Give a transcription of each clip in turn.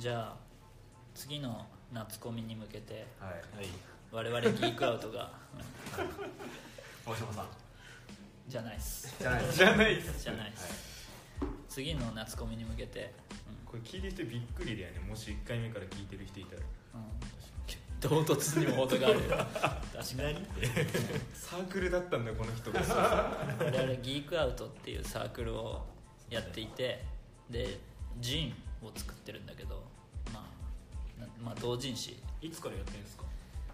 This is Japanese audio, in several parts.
じゃあ次の夏コミに向けて、 はい、 我々ギークアウトが大島さんじゃないっすじゃないっすじゃないっす、次の夏コミに向けて、 これ聞いてる人びっくりだよね、もし1回目から聞いてる人いたら、 唐突にも程がある確かにサークルだったんだこの人が我々ギークアウトっていうサークルをやっていて、でジンを作ってるんだけど、まあ同人誌。 いつからやってるんですか？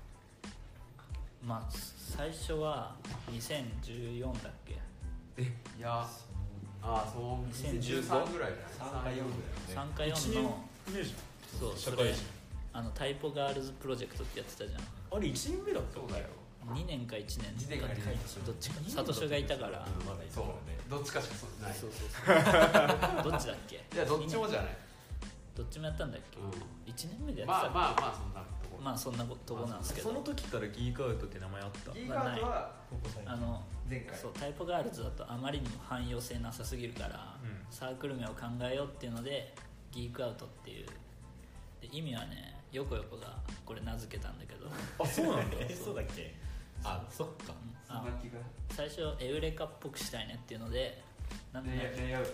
まあ最初は2014だっけ。 いやそう2013ぐらいじゃない？3か4ぐらいね。 3か4の 1年目じゃん。 そう、 社会人。 タイポガールズプロジェクトってやってたじゃん。 あれ1年目だった？ そうだよ。 2年か1年 2年か2年どっちか。サトシがいたから。 そうどっちかしかない。 そうどっちだっけ？ いやどっちもじゃない。 どっちもやったんだっけ？1年目でやってた。 まあそんなとこ。 まあそんなとこなんですけど。 その時からギークアウトって名前あった？ ギークアウトは前回。 そうタイポガールズだとあまりにも汎用性なさすぎるから、サークル名を考えようっていうのでギークアウトっていう。で意味はね、ヨコヨコがこれ名付けたんだけど。 あ、そうなんだ。 そうだっけ？あ、そっか。 最初エウレカっぽくしたいねっていうので、 レイアウト。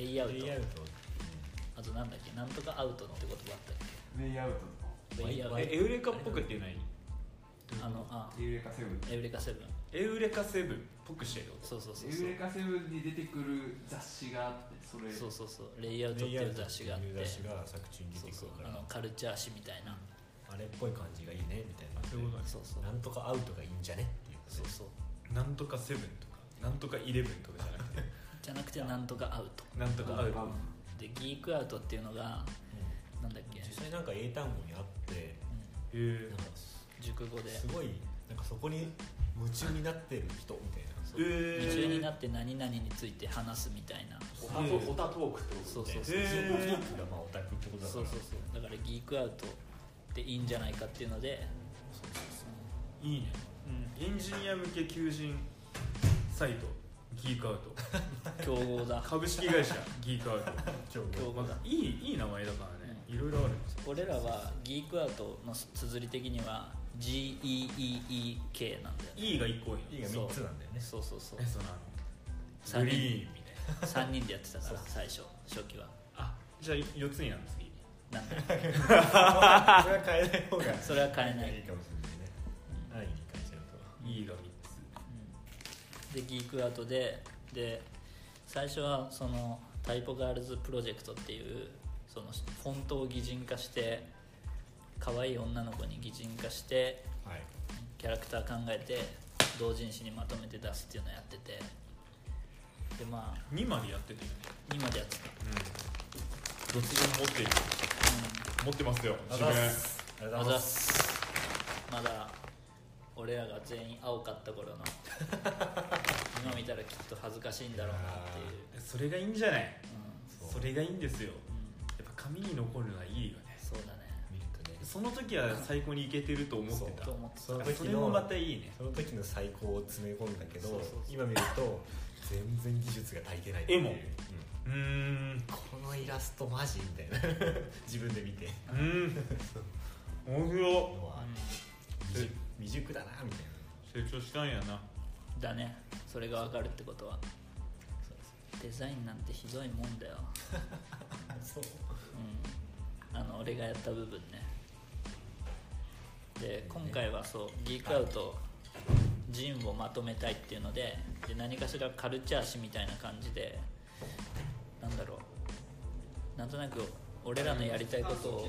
あとなんだっけ、なんとかアウトって言葉あったっけ？ レイアウト。 エウレカっぽくって何？ エウレカセブン。 エウレカセブンっぽくしてる。 そうエウレカセブンに出てくる雑誌があって、それそうレイアウトっていう雑誌があって、 雑誌が作中に出てくるから、 カルチャー誌みたいな、 あれっぽい感じがいいねみたいな。 そういうことね。 そうなんとかアウトがいいんじゃねっていう。 そうなんとかセブンとかなんとかイレブンとかじゃなくてなんとかアウト。 なんとかアウトでギークアウトっていうのがなんだっけ、 実際なんか英単語にあって、なんか熟語ですごいなんかそこに夢中になってる人みたいな。 夢中になって何々について話すみたいな。 オタトークってこと？ そうギークがまあオタクってことだから。 そうだからギークアウトっていいんじゃないかっていうので。 いいね。エンジニア向け求人サイトギークアウト。 競合だ。 株式会社ギークアウト。 競合だ。 いい名前だからね。いろいろあるんですよ。 俺らはギークアウトの綴り的には GEEEK なんだよね。 E が1個多い。 E が3つなんだよね。 そうその 3 グリーンみたいな 3人でやってたから最初期は。 じゃあ4つになるんですなんだそれは変えない方がそれは変えないいいかもしれないね。安易に変えちゃうと。 E が3つでギークアウトで最初はそのタイポガールズプロジェクトっていうそのフォントを擬人化して可愛い女の子に擬人化して、キャラクター考えて同人誌にまとめて出すっていうのをやってて、で 2までやってて 2までやってた。 どっちでも持っている、持ってますよ自分。 ありがとうございます。 まだ俺らが全員青かった頃の今見たらきっと恥ずかしいんだろうなっていう。 それがいいんじゃない、それがいいんですよ、やっぱ紙に残るのはいいよね。 そうだね。 見るとね、 その時は最高にいけてると思ってた。 それもまたいいね。 その時の最高を詰め込んだけど、今見ると全然技術が足りてないって絵いう。 もこのイラストマジみたいな自分で見て面白い。 未熟だなみたい成長したんやな。 だね。それが分かるってことはデザインなんてひどいもんだよ。 そう、 俺がやった部分ね。で今回はギークアウトジンをまとめたいっていうので、何かしらカルチャー誌みたいな感じで、なんだろう、なんとなく俺らのやりたいことを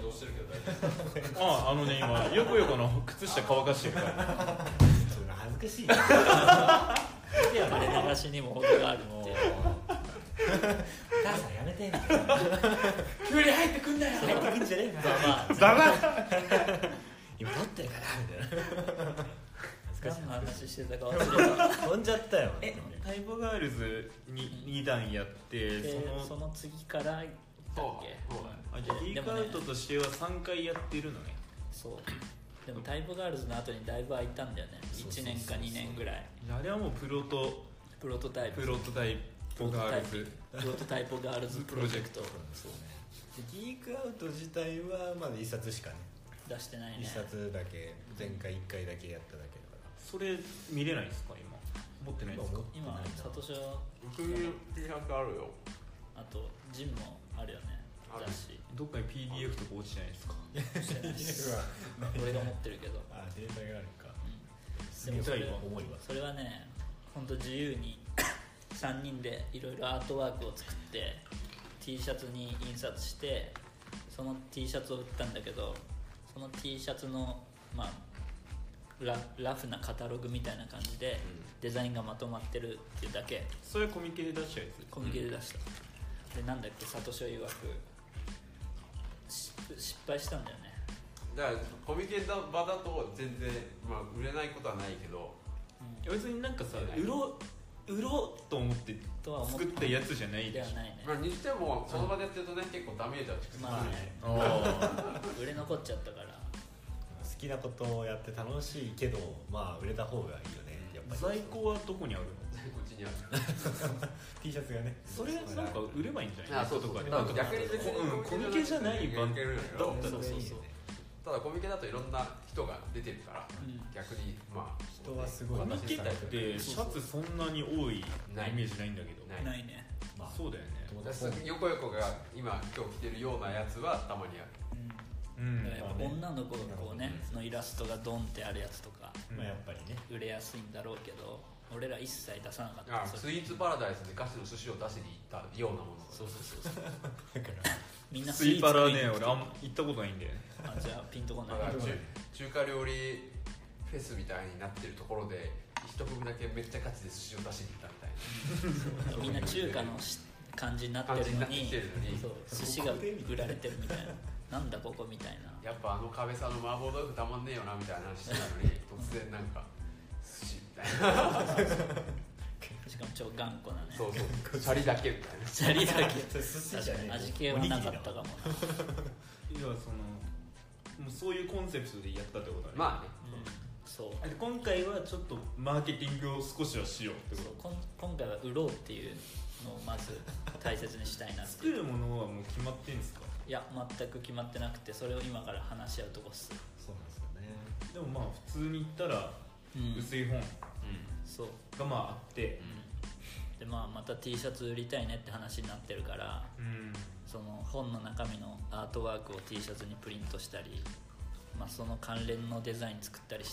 今よくの靴下乾かしてるからそれ恥ずかしいな垂れ流しにも程があるっていう。 お母さんやめてみたいな急に入ってくんなよ、 入ってくんじゃねえだな今撮ってるかなみたいな何の話してたか忘れた。 飛んじゃったよ。 タイポガールズに2弾やってその次からだっけ。 じゃあギークアウトとしては3回やってるのね。 そうでもタイポガールズの後にだいぶ空いたんだよね。1年か2年ぐらい。 あれはもうプロトタイプポガールズプロトタイプガールズプロジェクトそうね。ギークアウト自体はまだ1冊しかね、 出してないね。 1冊だけ、前回1回だけやっただけだから。 それ見れないんですか今持ってないんですか今サトシは僕に T シャツあるよ。 あとジンもあるよね。 ある雑誌どっかに PDF とか落ちてないですかしてない俺が持ってるけど、 あ、データがあるか。 でもそれ重いわ。 それはね本当自由に3人でいろいろアートワークを作って T シャツに印刷して、その T シャツを売ったんだけど、その T シャツのまあラフなカタログみたいな感じでデザインがまとまってるっていうだけ。 それコミケで出したやつコミケで出した、でなんだっけ、サトシ曰く失敗したんだよね。 だからコミケの場だと全然、まあ、売れないことはないけど、 別になんかさ売ろうと思ってとは思っ作ったやつじゃないでしょではないね。 まあ、にしてもその場でやってるとね、結構ダメージは蓄積するまあね。 売れ残っちゃったから好きなことをやって楽しいけど、まあ売れた方がいいよね、やっぱり。 在庫はどこにあるのこっちにある。 T シャツがね。 それなんか売ればいいんじゃないあ、そうそうそう。 とかでだから逆に別にコミケじゃない版だったらそうそうそうただコミケだといろんな人が出てるから、 うん逆にまあ人はすごいコミケってシャツそんなに多いイメージないんだけどないないね。 まあそうだよね横が今日着てるようなやつはたまにある。 うんだからやっぱ女の子がこうね、のイラストがドンってあるやつとかまあやっぱりね。 売れやすいんだろうけど、俺ら一切出さなかった。 スイーツパラダイスでガチの寿司を出しに行ったようなもの。 そうそうそうそうだからみんなスイパラね食いに来て俺行ったことないんであ、じゃあピンとこないだから中華料理フェスみたいになってるところで一組だけめっちゃガチで寿司を出しに行ったみたいな。 みんな中華の感じになってるのに感じになってきてるのにそう寿司が売られてるみたいな、なんだここみたいな。 やっぱあの壁さんの麻婆豆腐たまんねえよなみたいな話してたのに突然なんか寿司みたいな。 しかも超頑固なね。 そうそうシャリだけみたいな。 シャリだけそれ寿司じゃねえ味系はなかったかもな。 いやそのもうそういうコンセプトでやったってことだねまあね。 そうあ今回はちょっとマーケティングを少しはしようってそうこ今回は売ろうっていうのをまず大切にしたいなとっていう。 作るものはもう決まってんですかいや全く決まってなくて、それを今から話し合うとこっす。 そうなんですよね。 でもまあ普通に言ったら薄い本そう、 がまああってでまあまた T シャツ売りたいねって話になってるから、 うんその本の中身のアートワークを T シャツにプリントしたり、まあ、その関連のデザイン作ったりして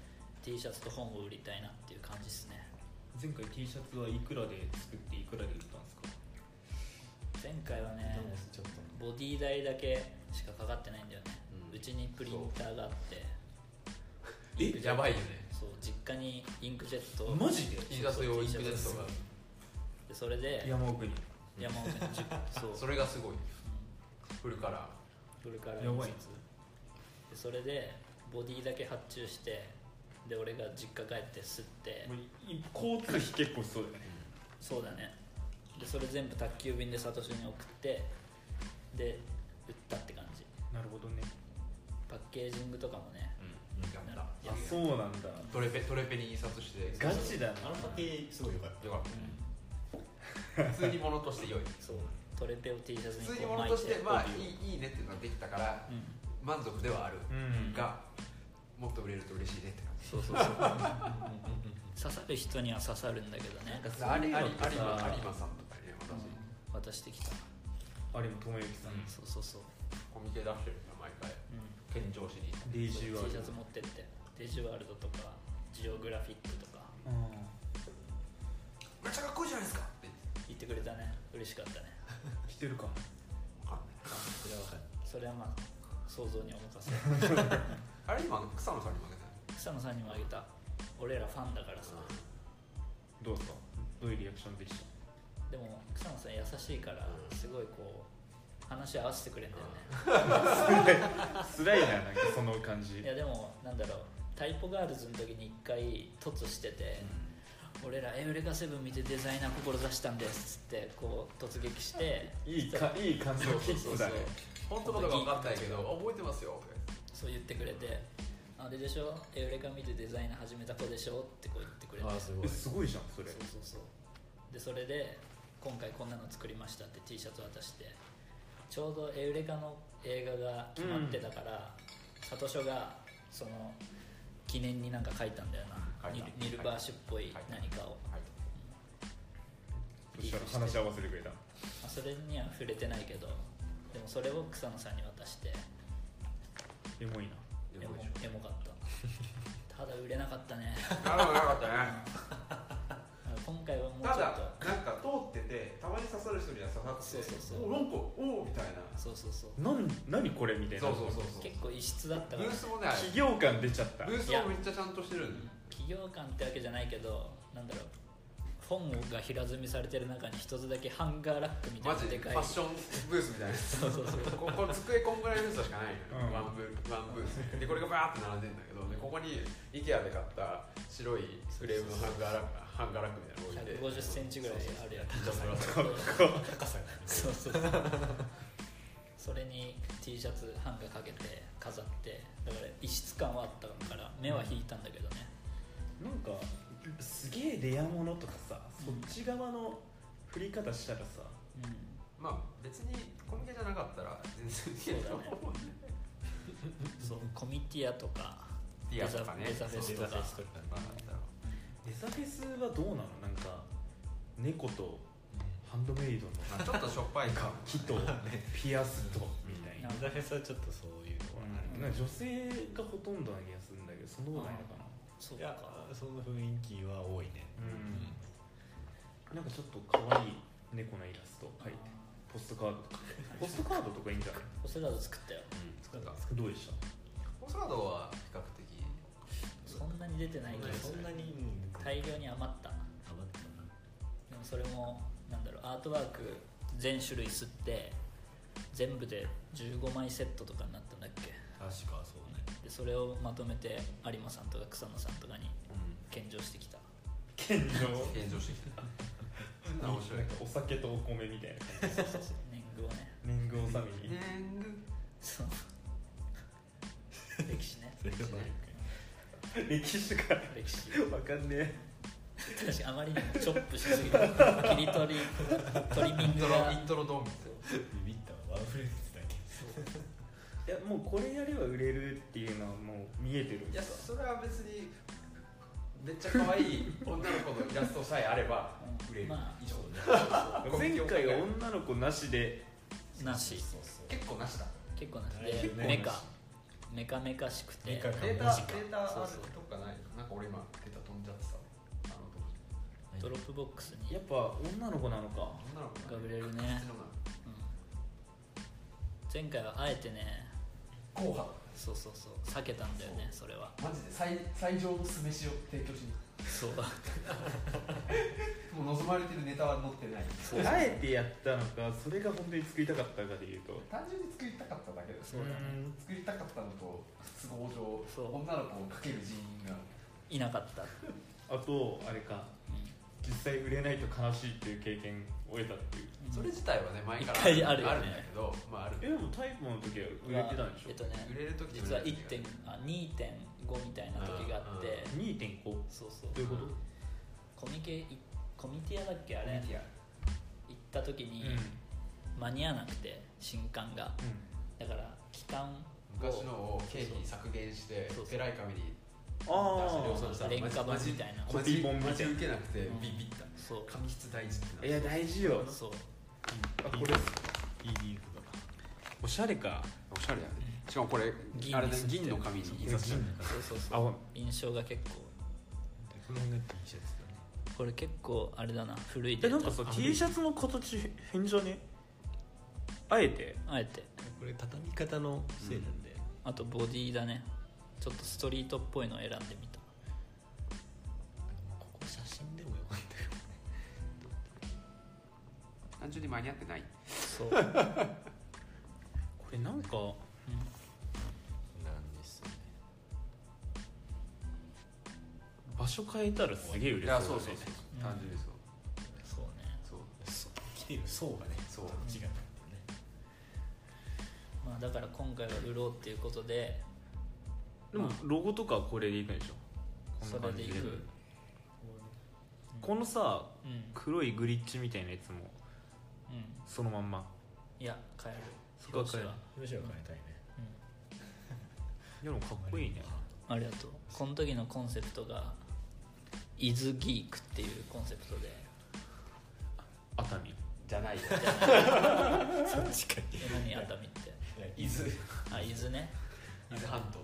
T シャツと本を売りたいなっていう感じですね。 前回 T シャツはいくらで作っていくらで売ったんですか前回はねでもちょっとボディ代だけしかかかってないんだよね。 うんうちにプリンターがあってやばいよね。 そう実家にインクジェットマジで T シャツ用インクジェットがでそれで山奥に山奥にそうそれがすごいフルカラフルカラーやばい印刷でそれでボディだけ発注してで俺が実家帰って吸ってもう交通費結構そうだよねそうだね。でそれ全部宅急便でサトシに送ってで売ったって感じ。 なるほどねパッケージングとかもねーやったあそうなんだトレペに印刷してガチだなあのパッケージすごいよかった。 よかった普通に物として良い。 そうトレペを T シャツに普通にこう物としてまあ帯をいいねっていうのができたからうん満足ではあるうんがもっと売れると嬉しいねって感じ。 そうそうそう刺さる人には刺さるんだけどね。 なんかそういうのってさ有馬さんとかにね渡してきた、 有馬智之さんそうそうそう、 コミケ出してるんだ毎回健常誌に。 デイジーワー T シルドャツ持ってってデジワールドとかジオグラフィックとかめっちゃかっこいいじゃないですかって言ってくれたね。嬉しかったね。 着てるかわかんない。 それはわかる。 それはまあ想像にお任せあれ今草野さんに負けた草野さんにもあげた。俺らファンだからさ。 どうですかどういうリアクションでしたでも草野さん優しいからすごいこう話合わせてくれんだよね。 スライななんかその感じいやでもなんだろう、タイポガールズの時に一回凸してて、俺らエウレカセブン見てデザイナー志したんですってこう突撃していい感じのキッズだね本当かどうか分かんないけど覚えてますよとかそう言ってくれて、あれでしょエウレカ見てデザイナー始めた子でしょってこう言ってくれて、 ああすごい。 すごいじゃんそれそうそうそうでそれで今回こんなの作りましたって T シャツ渡して、ちょうどエウレカの映画が決まってたから、サトショがその記念になんか書いたんだよな、ニルバーシュっぽい何かを、 そしたら話し合わせてくれた。 それには触れてないけど、でもそれを草野さんに渡して、 エモいな。 エモかったただ売れなかったね。 なるほど、なかったね。 今回はもうちょたっとだなんか通っててたまに刺さる人には刺さってて、 そうおなんかおみたいな、 そう何これみたいな。 そう結構異質だったから、 ブースもね、 企業感出ちゃった。 ブースもめっちゃちゃんとしてるんで、 企業感ってわけじゃないけど、なんだろう、本が平積みされてる中に一つだけハンガーラックみたいマジでなでかい、 ファッションブースみたいなここ机こんぐらいのブースしかないのよ、ワンブースでこれがバーって並んでるんだけど、でここに IKEA で買った白いフレームのハンガーラックみたいなの置いて、 150センチぐらいあるやつ、 高さがね。 そうそれに T シャツハンガーかけて飾って、だから異質感はあったから目は引いたんだけどね。 なんかすげえレアものとかさ、そっち側の振り方したらさ、 まあ別にコミケじゃなかったら全然いいと思うね。 そうコミティアとかティアとかね、 レザフェスとか、 レザフェスはどうなの？なんか猫とハンドメイドのちょっとしょっぱいか木とピアスとみたいな。 レザフェスはちょっとそういうのはなんか女性がほとんどな気がするんだけど、そんなことないのかな。 そういやか、 その雰囲気は多いね。 なんかちょっと可愛い猫のイラスト描いて、ポストカードとかポストカードとかいいんじゃない？ ポストカード作ったよ。 作った。 どうでした？ ポストカードは比較的そんなに出てないけど、 そんなに大量に余った。 余ったな。 でもそれもなんだろう、アートワーク全種類吸って全部で15枚セットとかになったんだっけ。 確かそうね。 でそれをまとめて有馬さんとか草野さんとかに献上してきた。 献上してきた。面白い。 お酒とお米みたいな感じ。 年貢をね。 年貢納めに。 そう歴史ね。 歴史か。 歴史。 わかんねえ。 確かにあまりにもチョップしすぎた。切り取りトリミングがイントロドン。 ビビったわ、ワンフレーズだけ。 いやもうこれやれば売れるっていうのはもう見えてるんいやですか？ それは別にめっちゃ可愛い女の子のイラストさえあれば売れる以上。 前回は女の子なしでなし。 結構なしだ。 結構なしはいでメカメカしくて。 データあるとかない？なんか俺今データ飛んじゃってた。 ドロップボックスにやっぱ女の子なのか。 女の子が売れるね。前回はあえてね、 硬派。 そう避けたんだよね。それはマジで最上の酢飯を提供しに。 そうもう望まれてるネタは載ってない。 あえてやったのか、それが本当に作りたかったかでいうと、 単純に作りたかっただけです。 そうだね。 作りたかったのと都合上そう女の子をかける人員がいなかった。 あとあれか、実際売れないと悲しいっていう経験を得たっていう。 それ自体はね前から一回あるよねんだけど、まあある。 でもタイプの時は売れてたんでしょ？ 売れる時実は2.5みたいな時があって、 2.5？ そうどういうこと？ コミティアだっけあれ。行った時に間に合わなくて新刊が、だから期間昔のを経費削減してペライ紙に廉価版みたいなコピー本みたいな。 マジ受けなくてビビった。 そう紙質大事っていや大事よ。 そうあこれ ED とかおしゃれか。 おしゃれやね。しかもこれあれね銀の紙に印刷してる。 そう印象が結構この辺が T シャツだね。 これ結構あれだな、古いデータ。 なんかさ T シャツの形変じゃね？あえてこれ畳み方のせいなんで、 あとボディだね。ちょっとストリートっぽいのを選んでみた。 ここ写真でもよかったよね。 単純に間に合ってない。 そうこれなんかなんですよね。 場所変えたらすげえ売れいやそうだね。 単純にそう。 そうね。 そう着てる層がね、 そう違うんだよね。 まあだから今回は売ろうっていうことで、 でもロゴとかはこれでいくんでしょ？ それでいく。 このさうん黒いグリッチみたいなやつもうんそのまんま。 いや変える。 そこは変えるむしろ変えたいね。 でもかっこいいね。 ありがとう。この時のコンセプトがイズギークっていうコンセプトで。 熱海じゃないよそっちかい。 何熱海って。 伊豆あ、伊豆ね。 伊豆半島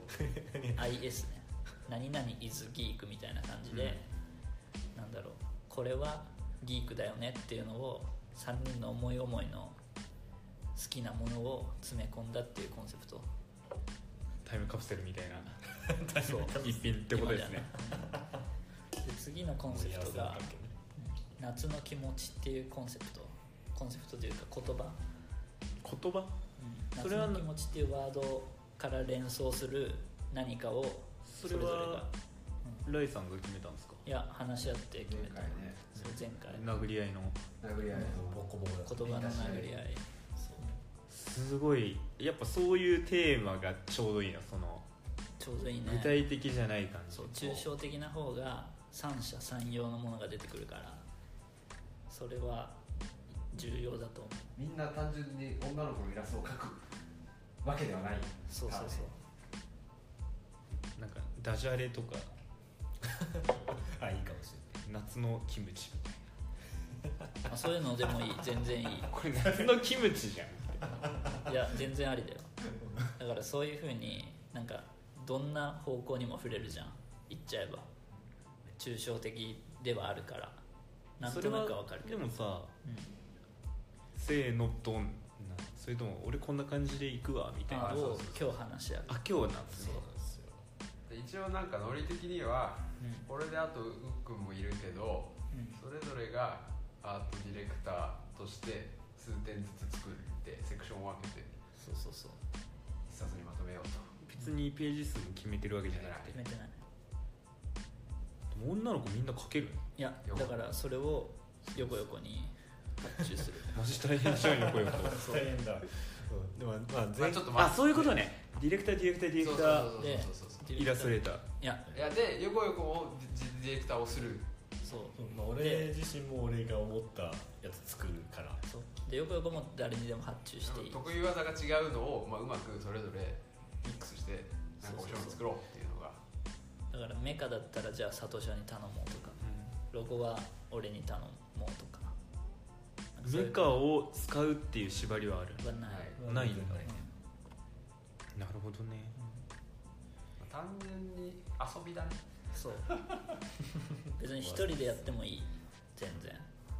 IS ね。何々イズギークみたいな感じで、なんだろう、これはギークだよねっていうのを3人の思い思いの好きなものを詰め込んだっていうコンセプト。 タイムカプセルみたいなそう一品ってことですね。 で次のコンセプトが夏の気持ちっていうコンセプトというか言葉、 言葉それは夏の気持ちっていうワードから連想する何かをそれぞれが、 ライさんが決めたんですか？ いや話し合って決めた。 ねそう前回殴り合いの殴り合いのボコボコだった。 言葉の殴り合い。 すごいやっぱそういうテーマがちょうどいいな。そのちょうどいいね。 具体的じゃない感じ。 そう抽象的な方が三者三様のものが出てくるから、それは重要だと思う。 みんな単純に女の子のイラストを描くわけではない。 そうそうそう。 なんかダジャレとかあ、いいかもし夏のキムチみまあ、そういうのでもいい、全然いい。 たいな。これ夏のキムチじゃん。 いや全然ありだよ。だからそういう風になんかどんな方向にも触れるじゃん、言っちゃえば。抽象的ではあるからなんとなくわかるけど。 でもさ、 うん、 せーのドンな、それとも俺こんな感じで行くわみたいな。 を今日話し合う。 あ、今日なんですね。 で一応なんかノリ的にはうんこれであとうっくんもいるけど、 うんそれぞれがアートディレクターとして数点ずつ作ってセクションを分けてそうそうそう。 一冊にまとめようと。 別にページ数も決めてるわけじゃなくて。 決めてない。 でも女の子みんな書けるの？ いやだからそれを横々に発注する。 マジ大変じゃんよこれ。 れない。大変だ。でもまあまあちょっとあ、そういうことね。ディレクターでイラストレーター。 いやいやで横々もディレクターをする。 そうまあ俺自身も俺が思ったやつ作るから。 そうで横々も誰にでも発注していい。 得意技が違うのを、まあ、うまくそれぞれミックスしてなんか面白いの作ろうっていうのが。 だからメカだったらじゃあ佐藤社に頼もうとか、ロゴは俺に頼もうとか。 メカを使うっていう縛りはある？ はない、 はいないんだ。 うんなるほどね。 単純に遊びだね。 そう別に一人でやってもいい、全然。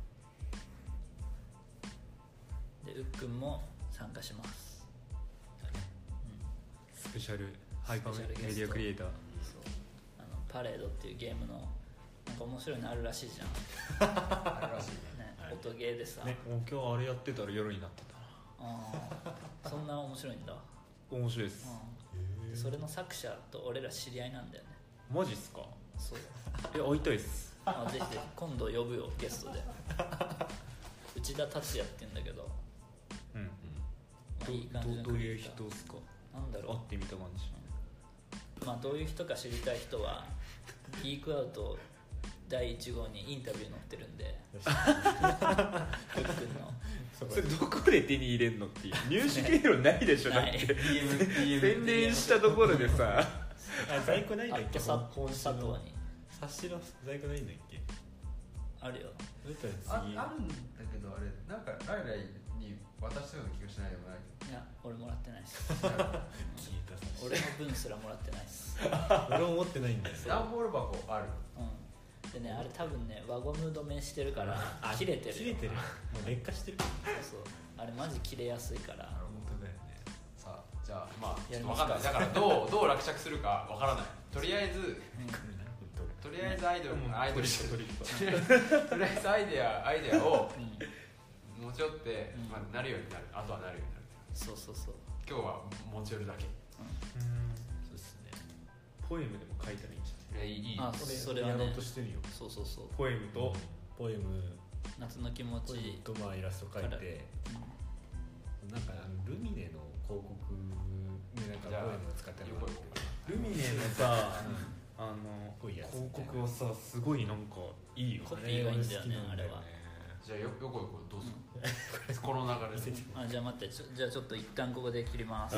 でうっくんも参加します、 スペシャルハイパースペシャルゲストメディアクリエイター。 そうパレードっていうゲームのなんか面白いのあるらしいじゃんあるらしいね。 ね、音ゲーでさ、 もう今日あれやってたら夜になってたな。 そんな面白いんだ、 面白いです。 でそれの作者と俺ら知り合いなんだよね。 マジっすか？ そう会いたいっす。 ぜひぜひ今度呼ぶよゲストで内田達也って言うんだけど、 うん。 まあ、いい感じのどういうクリエイター人っすか？ なんだろう、 会ってみた感じ。 まあ、どういう人か知りたい人はギークアウト第1号にインタビュー載ってるんでふっくんのそれどこで手に入れんのっていう入手経路ないでしょ。だっないて宣伝したところでさ。 あ、在庫ないんだっけ？ 佐今週の藤に冊子の在庫ないんだっけ？ あるよ。 だったら次あるんだけどあれなんかライライに渡したような気がしないでもないけいや俺もらってないですど。 消えた冊子。 俺の分すらもらってないです俺も持ってないんだよ。 段ボール箱ある。 うんでね、あれ多分ね輪ゴム止めしてるから切れてるよ。 切れてる。もう劣化してる。 そうそうあれマジ切れやすいから本当だよね。 さあじゃあまあちやりますかょっと分かんない。だからどう落着するか分からない。とりあえずとりあえずアイドルとりあえずアイデアをうん持ち寄って、 うんまあ、なるようになる。あとはなるようになる。 そうそうそう、 今日は持ち寄るだけ。 そうですね。 ポエムでも書いたらいいんじゃない？ いいあそれはやろねうとしてるよ。 そうそうそうポエムとポエム夏の気持ち、 とまあイラスト描いて、なんかルミネの広告でなんかポエムを使ってるのがあって、 ルミネのさ、 広告はさすごいなんかいいよね。 コピーがいいんだよねあれは。 じゃあよこよこどうするこの流れでじゃあ待ってじゃあちょっと一旦ここで切ります。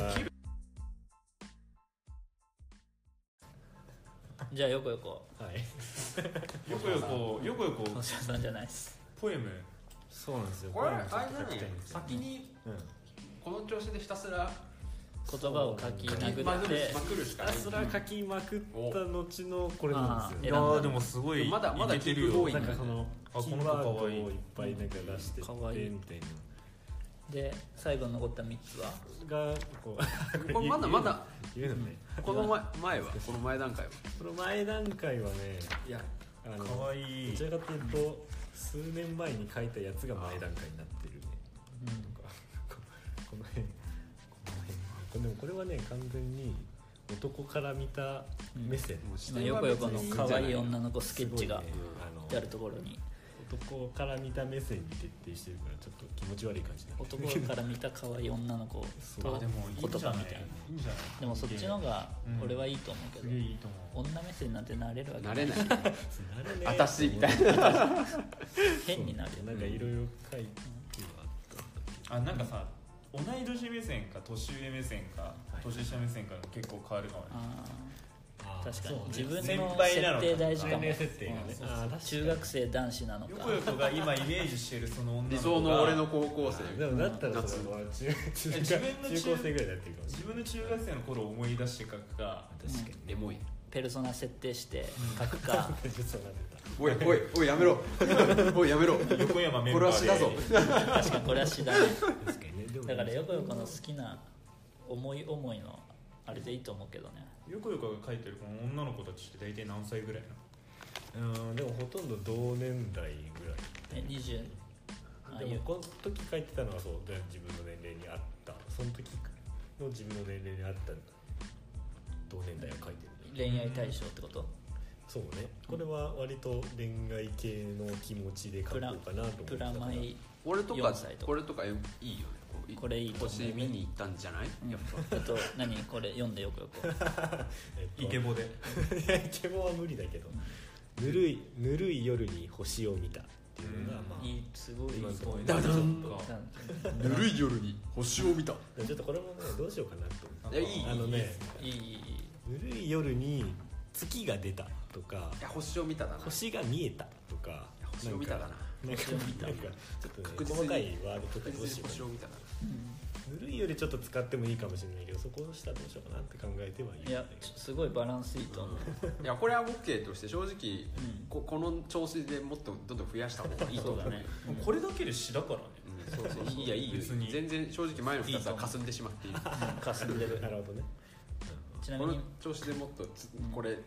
じゃあよこよこ。 はいよこよこ星野さんじゃないです。 ポエム。 そうなんですよ。 これあれちょっと何書きたいんですよ先にうんこの調子でひたすら言葉を書きま殴ってくるしかない。 ひたすら書きまくった後のこれなんですいよ。 やーでもすごいまだいけてるよ。 キープボーイなんかそのあキーワードをいっぱいなんか出してかわいいってみたいなで最後に残った3つはがこうこれまだ言うのね。 この前はこの前段階はこの前段階はね、いやかわいい。 どちらかというと数年前に書いたやつが前段階になってるね。なんかこの辺でもこれはね完全に男から見た目線、 今よこよこの可愛い女の子スケッチがすごいねやるところに男から見た目線に徹底してるからちょっと気持ち悪い感じになってる男から見た可愛い女の子とあでもいいん言じゃない葉みたいな。 いいんじゃない。 でもそっちの方が俺はいいと思うけど、 すげえいいと思う。 女目線なんてなれるわけ慣れないなるね私みたいな変になるよなんかいろいろ書いてはあなんかさ同い年目線か年上目線か年下目線かでも結構変わるかもね。 あー確かに、 そうね自分の先輩なのか設定大事かも。 年齢設定がねうんあー確かに中学生男子なのかよこよこが今イメージしてるその女の子が理想の俺の高校生でもだったらそれは中自分の高生ぐらいだっていうかもし自分の中学生の頃を思い出して書くかれない確かにエモいペルソナ設定して書くかそうなってたおいやめろおいやめろ横山メンこれバーでは詩だぞ確かにこれは詩だね。 確かにねでもだからよこよこの好きな思い思いのあれでいいと思うけどね。 よこよこが書いてるこの女の子たちって大体何歳ぐらいなの？ でもほとんど同年代ぐらい 20 でもこの時書いてたのはそうで自分の年齢に合ったその時の自分の年齢に合った同年代を書いてる恋愛対象ってこと？ そうねこれは割と恋愛系の気持ちで書こうかなと思ってプラマイ俺とか 4歳とかこれとかいいよねこれいいと思う星見に行ったんじゃないやっぱ何これ読んでよくよくイケボでいやイケボは無理だけどぬるい夜に星を見たっていうのがまあいいすごい今のところダダンなんぬるい夜に星を見たちょっとこれもねどうしようかなといやいいあのねいいぬるい夜に月が出たとかいや星を見ただな星が見えたとか星を見ただななんか星を見たなんかちょっとね確実に細かいワードとか確実にどうしようか星を見ただなぬるいよりちょっと使ってもいいかもしれないけどそこをしたらどうしようかなって考えてはいるいやすごいバランスいいと思う。 いやこれは OK として正直うんこの調子でもっとどんどん増やした方がいいと思うそうだね。 これだけで詩だからね。 そういやいいよ別に全然正直前の2つは霞んでしまっている霞んでるなるほどねこのちなみに調子でもっとこれ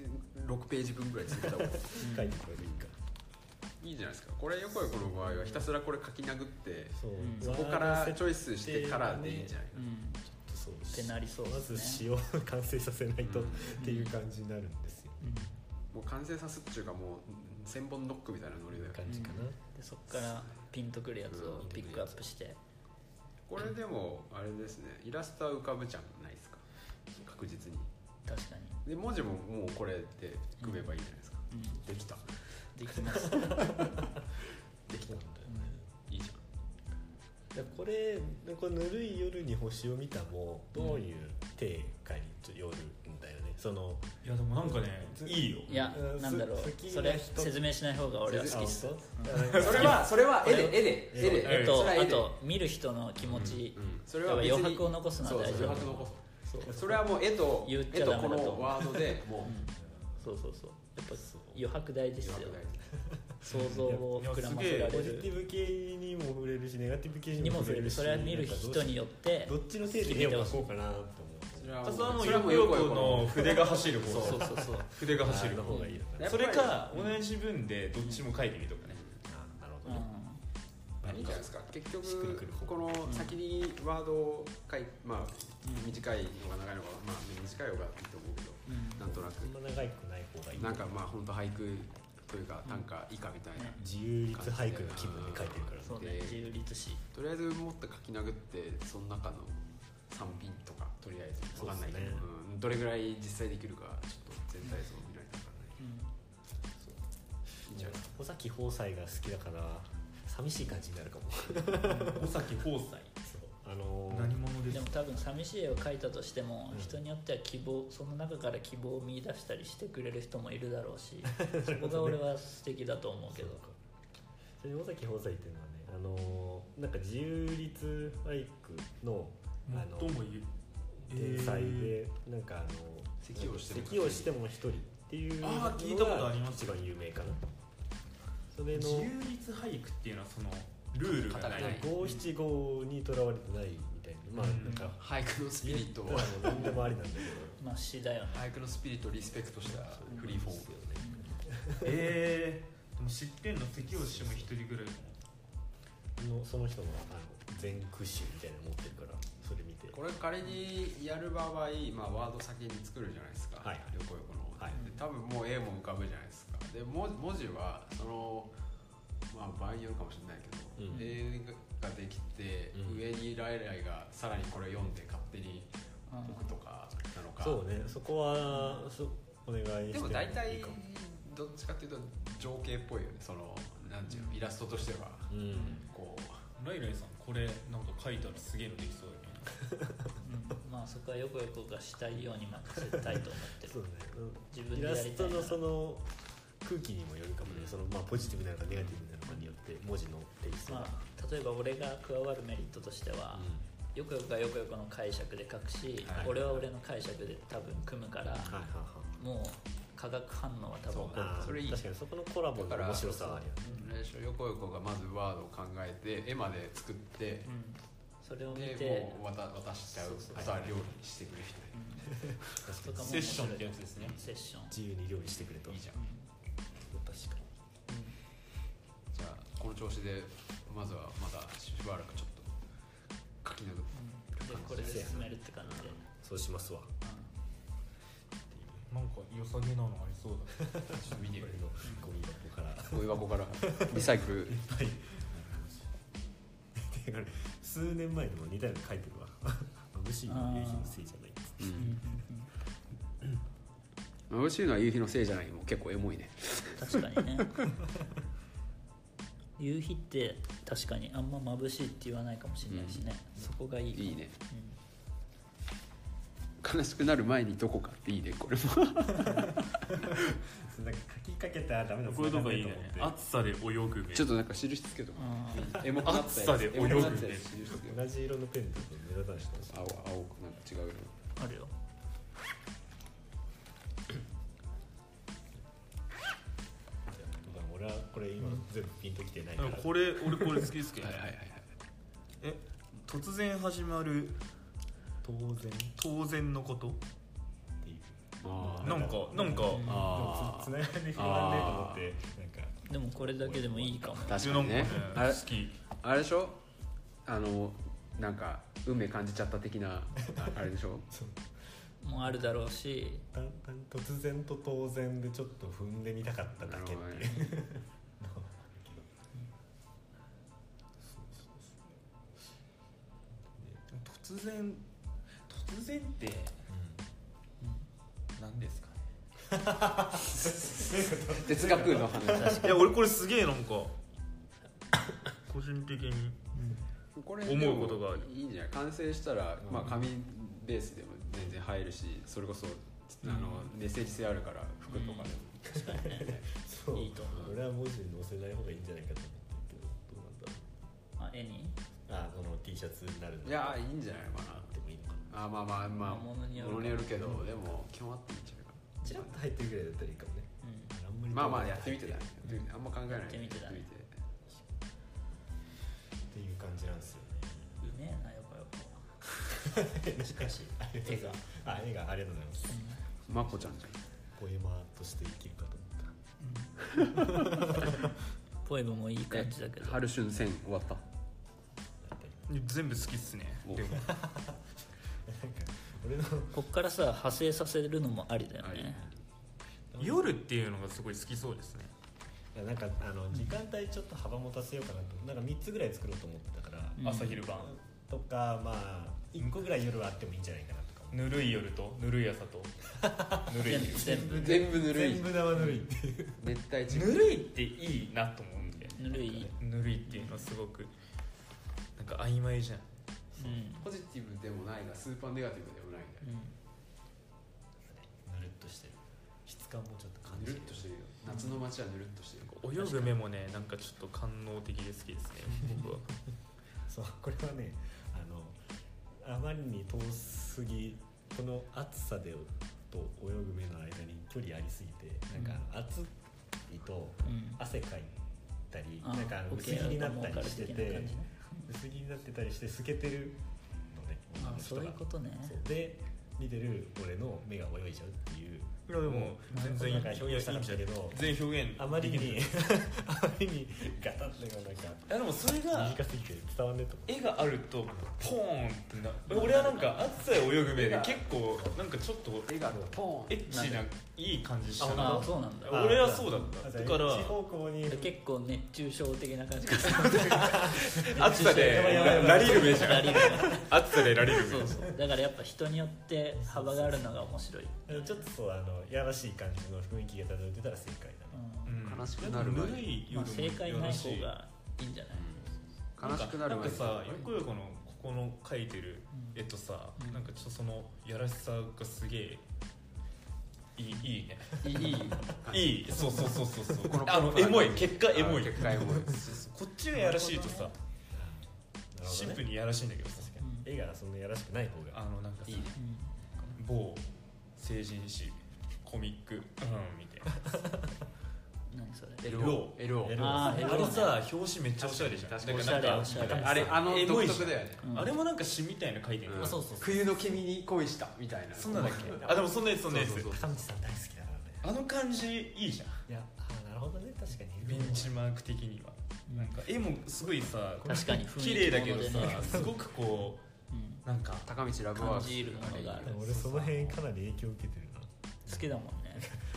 6ページ分ぐらい作った方が書いてこれでいいかいいじゃないですかこれよこよこの場合はひたすらこれ書き殴ってそう、 うんそこからチョイスしてからでいいんじゃないうんそうってなりそうまずですね。 詩を完成させないとっていう感じになるんですよ、 もう完成さすっていうかもう千本ノックみたいなノリだよ感じかな、 でそこからピンとくるやつをピックアップして。 これでもあれですねイラストは浮かぶじゃないですか確実に確かに。 で文字ももうこれで組めばいいじゃないですか、できたできます。 できたそうなんだよね、 いいじでこれぬるい夜に星を見たもどういう定かによるんだよねそのいやでもなんかねいいよ。 いやうんなんだろう好きなそれ人説明しない方が俺は好きっす。 あゃんそれは絵で絵とそれは絵であと見る人の気持ち、 それは別に余白を残すのは大事だと思う。 そう余白を残そうすそれはもう絵と言っちゃこダメだとのワードでもそうそうそうやっぱそう余白大事っすよ余白。 想像を膨らませられポジテるィブ系にも触れるしネガティブ系にも触れる。それは見る人によってどっちの手で絵を描こうかなと思うそれはそれはもうよこよこの筆が走る方。 そうそうそう筆が走るの方がいいのかなやっぱりそれか同じ分でどっちも書いてみとかね。 なるうんほどね、 いいんじゃないですか結局しっくりくる方この先にワードを書いまあ短いのが長いのがまあ短い方がいいと思うけどうんなんとなくそんな長くない方がいいなんかまあ本当俳句というか短歌以下みたいな、 ね自由律俳句の気分で書いてるからそうね自由律詩とりあえずもっと書き殴ってその中の 3品とかとりあえず分かんないけど、 そうですねどれぐらい実際できるかちょっと全体像見ないと分かんない、いいんじゃない。 尾崎豊斎が好きだから寂しい感じになるかも。 尾崎豊斎、 そう何者ですか。 でも多分寂しい絵を描いたとしても、人によっては希望、その中から希望を見出したりしてくれる人もいるだろうしそこが俺は素敵だと思うけど。 それに尾崎豊斎っていうのはね、なんか自由律俳句の最も言う天才で、なんか咳をしても一人っていうのが聞いたことあります一番有名かな。それの自由律俳句っていうのはそのルールがない五七五にとらわれてないみたいな、まあなんか俳句のスピリットを何でもありなんだけどまあ詩だよね。 俳句のスピリットをリスペクトしたフリーフォームでも知ってんの咳をしても一人ぐらいかその人の全句集みたいなの持ってるからそれ見て。 これ仮にやる場合、まあ、ワード先に作るじゃないですか、 はい、 横の、 はい、 で多分もう絵も浮かぶじゃないですか。で文字はその、まあ、場合によるかもしれないけど、絵ができて、上にライライがさらにこれ読んで勝手に置くとかなのか、 そうね、そこは、お願いしてでも大体いいかも。 どっちかっていうと情景っぽいよね、そのなんていうの、イラストとしては、こうライライさんこれなんか書いたらすげえのできそうだよねまあそこは横がしたいように任せたいと思ってるそうね、 自分イラスでやりたいトのその空気にもよるかもね、そのまあポジティブなのかネガティブなのかによって文字のテイストが、 まあ、例えば俺が加わるメリットとしては、横が横の解釈で書くし、俺は俺の解釈で多分組むから、もう化学反応は多分起こる。 それいい。 確かにそこのコラボの面白さはあるよね。 横がまずワードを考えて絵まで作って、 それを見てでもう渡しちゃう、あとは料理してくれる人、 セッションってやつですね。 セッション自由に料理してくれと。 いいじゃん。 確かに。 じゃあこの調子でまずはまだしばらくちょっと書き殴って、 でこれで進めるって感じで、 そうしますわ。 なんか良さげなのありそうだねちょっと見てみる。 ゴミ箱からゴミ箱からリサイクル数年前にも似たように書いてるわ。眩しいのは夕日のせいじゃないっつって。 眩しいのは夕日のせいじゃないも結構エモいね。 確かにね夕日って確かにあんま眩しいって言わないかもしれないしね、そこがいいかも。 いいね、悲しくなる前にどこかっていいね、これもなんか書きかけたらダメだ。 これとかいいね。暑さで泳ぐ目。 ちょっとなんか印つけとかエモくなったやつ、 暑さで泳ぐ目。 同じ色のペンで目立たない人。 青くなんか違う色あるよ。 俺はこれ今全部ピンときてないから。 俺これ好きですけどね。突然始まる当然のことっていう。なんかつながりで不安ねと思ってなんか。 でもこれだけでもいいかも。 確かにね。 好き。 あれでしょ、なんか運命感じちゃった的なあれでしょもあるだろうし、 突然と当然でちょっと踏んでみたかっただけっていう突然って何ですかね。 哲学の話。 いや俺これすげえなんか個人的にこれ思うことがある。 いいんじゃない、完成したら、まあ紙ベースでも全然入るし、それこそメッセージ性あるから服とかでも、 確かにねそういいと思う。 俺は文字に載せない方がいいんじゃないかと思ってるけど、どうなんだろう。 絵にこの T シャツになるのいやいいんじゃないのかな。 でもいいのかな。 まあものによるけど、でも基本あっていいんじゃないかな。 チラッと入ってるぐらいだったらいいかもね。 まあやってみてだね。あんま考えないでやってみてだねっていう感じなんですよね。 いいねな、よしかし絵が絵がありがとうございます。 まこちゃんじゃん。 ポエマーとして生きるかと思った。 ポエムもいい感じだけど。 春春戦終わった。 全部好きっすね。でも俺のこっからさ派生させるのもありだよね。 夜っていうのがすごい好きそうですね。 なんか時間帯ちょっと幅持たせようかなと。なんか3つぐらい作ろうと思ってたから、 朝昼晩とかまあ1個ぐらい夜はあってもいいんじゃないかなとか。 ぬるい夜とぬるい朝とぬるい全部全部ぬるい全部生ぬるいっていう熱帯地ぬるいっていいなと思うんで、 ぬるい、 ぬるいっていうのはすごくなんか曖昧じゃん。 うんポジティブでもないがスーパーネガティブでもないんだよぬるっとしてる質感もちょっと感ぬじるるっとしてるよ夏の街はぬるっとしてる泳ぐ目もねなんかちょっと官能的で好きですね僕は。 そうこれはねあまりに遠すぎこの暑さでと泳ぐ目の間に距離ありすぎてなんか暑いとうん汗かいたり、 あなんか薄着になったりしてて、薄着になってたりして透けてるのね女の人がそういうことね。 そうで見てる俺の目が泳いじゃうっていういやでも全然いいなんか表現したかったけど全然表現あまりにできるあまりにガタッてなんかいやでもそれが短すぎて伝わんねえと思絵があるとポーンってな俺はなんか暑さで泳ぐ目で結構なんかちょっと絵がポーンエッチないい感じしたあな。 あそうなんだ。 あ俺はそうだっただから地方向に結構熱中症的な感じ。 暑さでやばいやばいやばいラリる目じゃんラリル暑さでラリる目そうそう。だからやっぱ人によって幅があるのが面白い。 ちょっとそうやらしい感じの雰囲気が漂ってたら正解だねうん悲しくなる前にぬるい夜もまあ正解ないよろしい方がいいんじゃない。 悲しくなる前になんかさよくよくのここの描いてる絵とさ、 うんなんかちょっとそのやらしさがすげえいいねいいそうそうそうそうそうこのエモい結果エモい結果エモいこっちがやらしいとさ、 なるほどねシンプルにやらしいんだけどさ確かに絵がそんなやらしくない方がなんかさいいね某成人誌コミックみたいな何それ。 LO LO あーあれさ表紙めっちゃおしゃれじゃん。 確かにおしゃれおしゃれあれエモいじゃん独特だよねうんあれもなんか詩みたいなの書いてるの。 うんそうそうそう冬の君に恋したみたいなそんなんだっけ？あでもそんなやつそんなやつ。 そうそう高道さん大好きだからねあの感じいいじゃん。 いやなるほどね確かにベンチマーク的には。なんか絵もすごいさ確かに雰囲気綺麗だけどさものでねすごくこうんうなんか高道ラブワーク感じるものがある俺その辺かなり影響を受けてるな好きだもんね。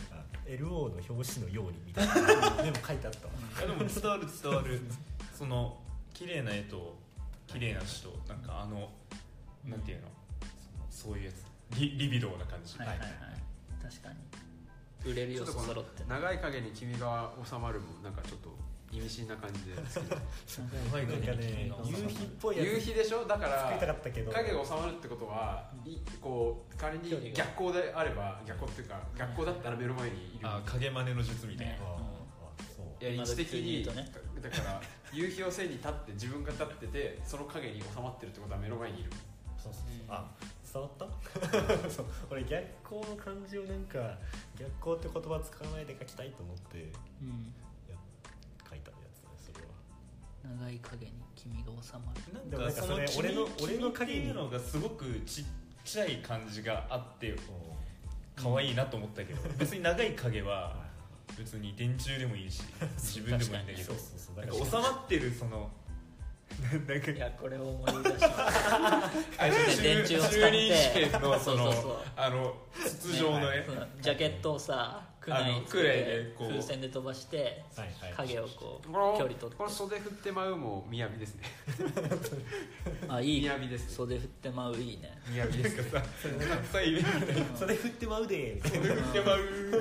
LO の表紙のようにみたいなでも書いてあったわいやでも伝わる伝わるその綺麗な絵と綺麗な詩となんかなんていうのそういうやつリビドーな感じ。 はいはいはい。確かに売れる要素ちょっとこの揃ってね。 長い影に君が収まるもなんかちょっと意味深な感じで好きだ長いなんかね夕日っぽいやつ夕日でしょだから作りたかったけど影が収まるってことはこう仮に逆光であれば逆光っていうか逆光だったら目の前にいる影真似の術みたいな。 ねそういや位置的に今時で言うとねだから夕日を背に立って自分が立っててその影に収まってるってことは目の前にいるそうそうそうあ伝わったそう俺逆光の漢字をなんか逆光って言葉使わないで書きたいと思ってうん書いたやつだねそれは長い影に君が収まる。 なんでもなんかかそのそれ俺の影っていうのがすごくちっちゃい感じがあって可愛いなと思ったけど別に長い影は別に電柱でもいいし自分でもいいんだけどそうそうそうなんか収まってるそのなんかいやこれを思い出します。電中柱を使って任試験のそのそうそうそう筒状のねジャケットをさ区内につけ区内てでこう風船で飛ばしてはいはい影をこうこ距離取ってこれ袖振ってまうも雅ですねあいい雅ですね袖振ってまういいね。 雅ですなんかさ関西弁みたいなそれ振ってまうでみたいな袖振ってまう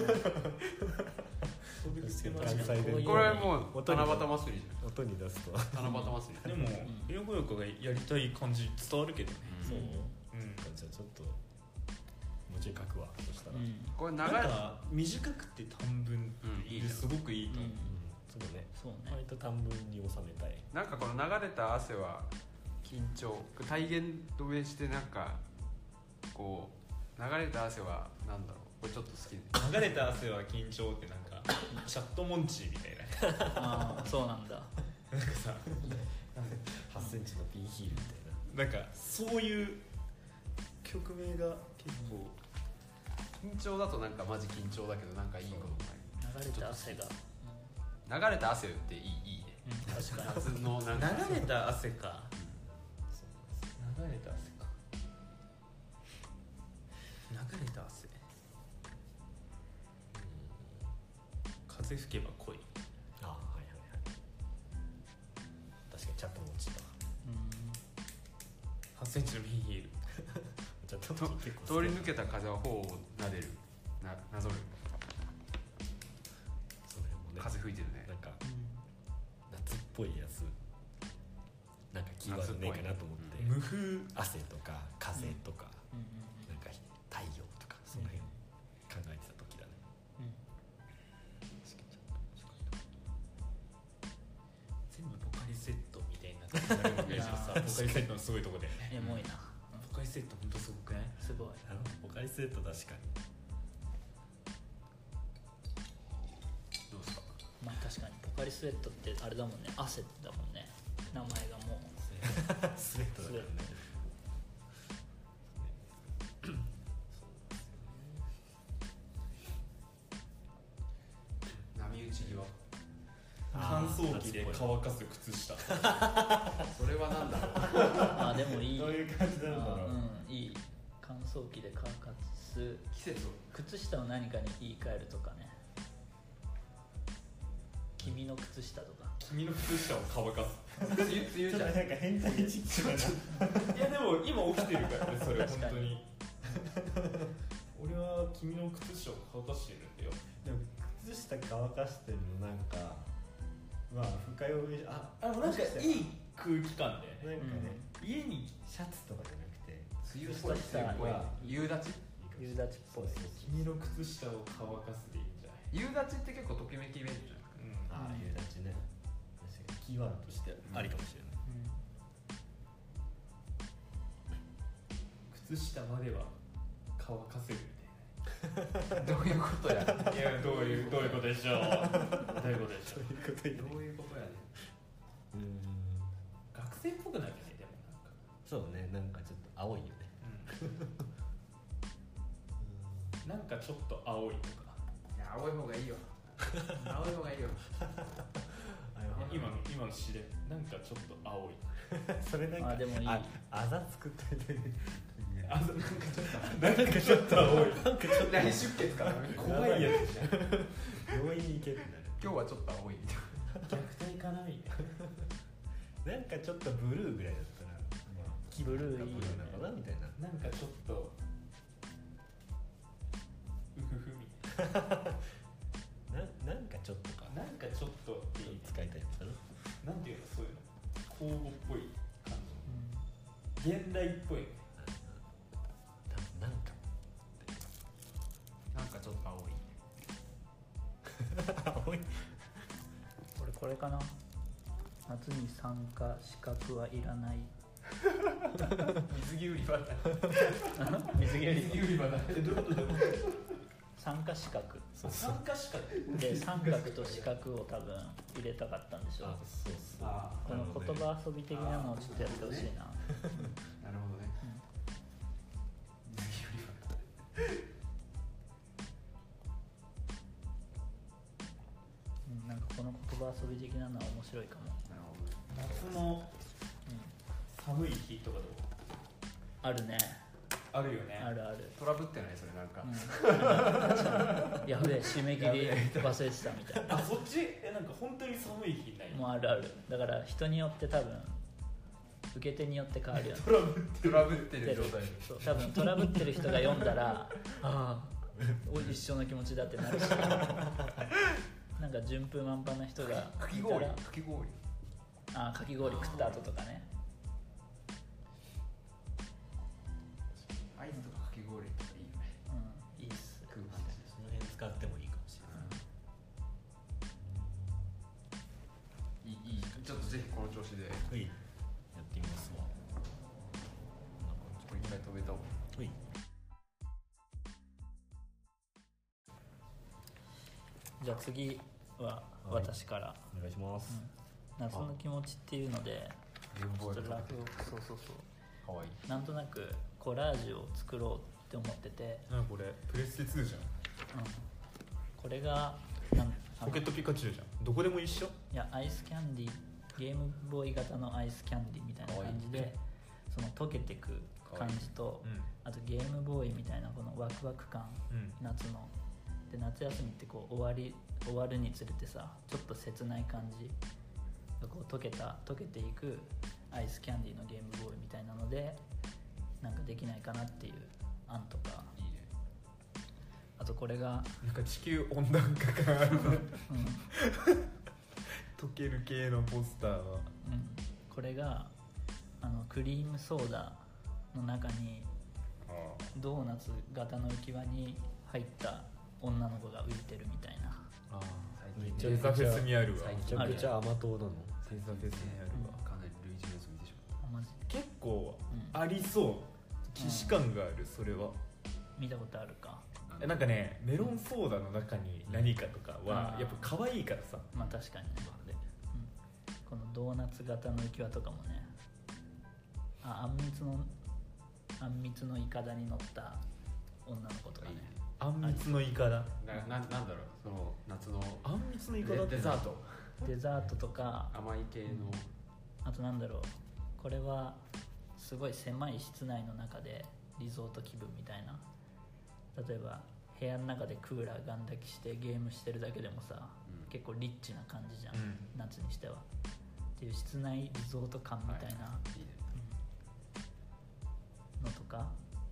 袖振ってまう関西弁これもう七夕祭りじ音に出すとゃん七夕祭りでもよこよこがやりたい感じ伝わるけどね。 そううんじゃあちょっともうちょい書くわそしたらうんなんこれ長いか短くて短文っていうすごくいいと思う。 そうねそうね割と短文に収めたいなんかこの流れた汗は緊張体現止めしてなんかこう流れた汗はなんだろうこれちょっと好きで流れた汗は緊張ってなんかチャットモンチーみたいなああそうなんだ。 なんかさ 8センチのピンヒールみたいななんかそういう曲名が結構緊張だとなんかマジ緊張だけどなんかいいこともない流れた汗が流れた汗っていいね確かに夏のなんか流れた汗か流れた汗か流れた汗風吹けば恋あはいはいはい確かにチャットモンチだ 8センチのヒールじゃあと結構通り抜けた風は頬を撫でるなぞるその辺もね風吹いてるねなんか夏っぽいやつなんかキーワードねえかなと思って、 無風汗とか風とか、 うんなんか太陽とかその辺考えてた時だね、 全部ポカリセットみたいな感じになるわけでしょさポカリセットのすごいとこでエモいな、 ポカリセットほんとすごくない？ すごい。 ポカリスエット確かにどうですか？ まあ確かにポカリスエットってあれだもんね、汗だもんね、名前がもうスエットだからね波打ち際乾燥機で乾かす靴下それはなんだろうあでもいいどういう感じなんだろう、 いい乾燥機で乾かす季節を靴下を何かに言い換えるとかね、君の靴下とか君の靴下を乾かす梅雨じゃんなんか変態チックだいやでも今起きてるからねそれ確かに本当に俺は君の靴下を乾かしてるんだよ。 でも靴下乾かしてるのなんかまあ深読みなんかいい空気感でなんかね、 家にシャツとかじゃなくて梅雨っぽい靴下梅雨っぽい夕立ち夕立ちっぽい。 君の靴下を乾かすでいいんじゃない？ 夕立ちって結構ときめきイベントじゃない？ うんああ夕立ちね確かにキーワードとしてありかもしれない、 靴下までは乾かせるみどういうことやたいないやどういうことでしょうどういうことでしょうどういうことやね学生っぽくなるよねでもなんかそうねなんかちょっと青いよねなんかちょっと青いとかいや青い方がいいよ青い方がいいよ今の詩でなんかちょっと青いそれなんかあでもいいあざ作っててなんかちょっと青い内出血かな怖いやつじゃん病院に行けってなる今日はちょっと青いみたい虐待かなみたいなんかちょっとブルーぐらいだったら、まあ、 ブルーいいよねブルーなのかなみたいなななんかちょっとうふふみたいなんかちょっとかななんかちょっとっていい使いたいのかななんていうのそういうの口語っぽい感じ現代っぽいなんかなんかちょっと青い青いこれかな、夏に参加資格はいらない水着売り場だ水着より売り場だどういうこと参加資格参加資格で三角と四角を多分入れたかったんでしょう。 そうそうこの言葉遊び的なのをちょっとやってほしいな。 なるほどね水着売りなんかこの言葉遊び的なのは面白いかも。 場なるほどね夏の寒い日とかどうあるね。 あるよねあるある。 トラブってないそれなんか、 やべえ締め切り忘れてたみたいな。 あそっちなんか本当に寒い日ないもうあるある。だから人によって多分受け手によって変わるよね。 トラブってる状態そう多分トラブってる人が読んだらああ一緒の気持ちだってなるしなんか順風満帆な人がかき氷いたらかき氷あかき氷食った後とかね。 アイスとかかき氷とかいいよねいいっす。 空気その辺使ってもいいかもしれないいいちょっとぜひこの調子ではいやってみますわこれ一回止めたもんはいじゃあ次は私から、 お願いします夏の気持ちっていうのでゲームちょボーイとかっとラフをそうかわいいなんとなくコラージュを作ろうって思ってて、 なんかこれプレステ2じゃんこれがポケットピカチュウじゃんどこでも一緒いやアイスキャンディゲームボーイ型のアイスキャンディみたいな感じでその溶けてく感じとあとゲームボーイみたいなこのワクワク感夏ので夏休みってこう終わるにつれてさちょっと切ない感じがこう溶けていくアイスキャンディのゲームボーイみたいなのでなんかできないかなっていう案とか、 いいね。 あとこれが、 なんか地球温暖化感あるなうん溶ける系のポスターはこれがクリームソーダの中にドーナツ型の浮き輪に入った女の子が浮いてるみたいな。 あ最近デザフェスにあるわ最めちゃくちゃ甘党なの。 デザフェスにあるわかなり類似のやつ見てしまっマジ結構うんありそう既視感があるそれは見たことあるか。 た。 なんかねメロンソーダの中に何かとかはうんやっぱ可愛いからさまあ確かにね、このドーナツ型の浮き輪とかもね、あんみつのイカダに乗った女の子とかね。 あんみつのイカだなんだろう、その夏のあんみつのイカだってデザート、 デザートとか、 甘い系の。 あとなんだろう、これはすごい狭い室内の中でリゾート気分みたいな。例えば部屋の中でクーラーガン炊きしてゲームしてるだけでもさ、 うん結構リッチな感じじゃん、 うん夏にしてはっていう室内リゾート感みたいな、 いいね。 のとか、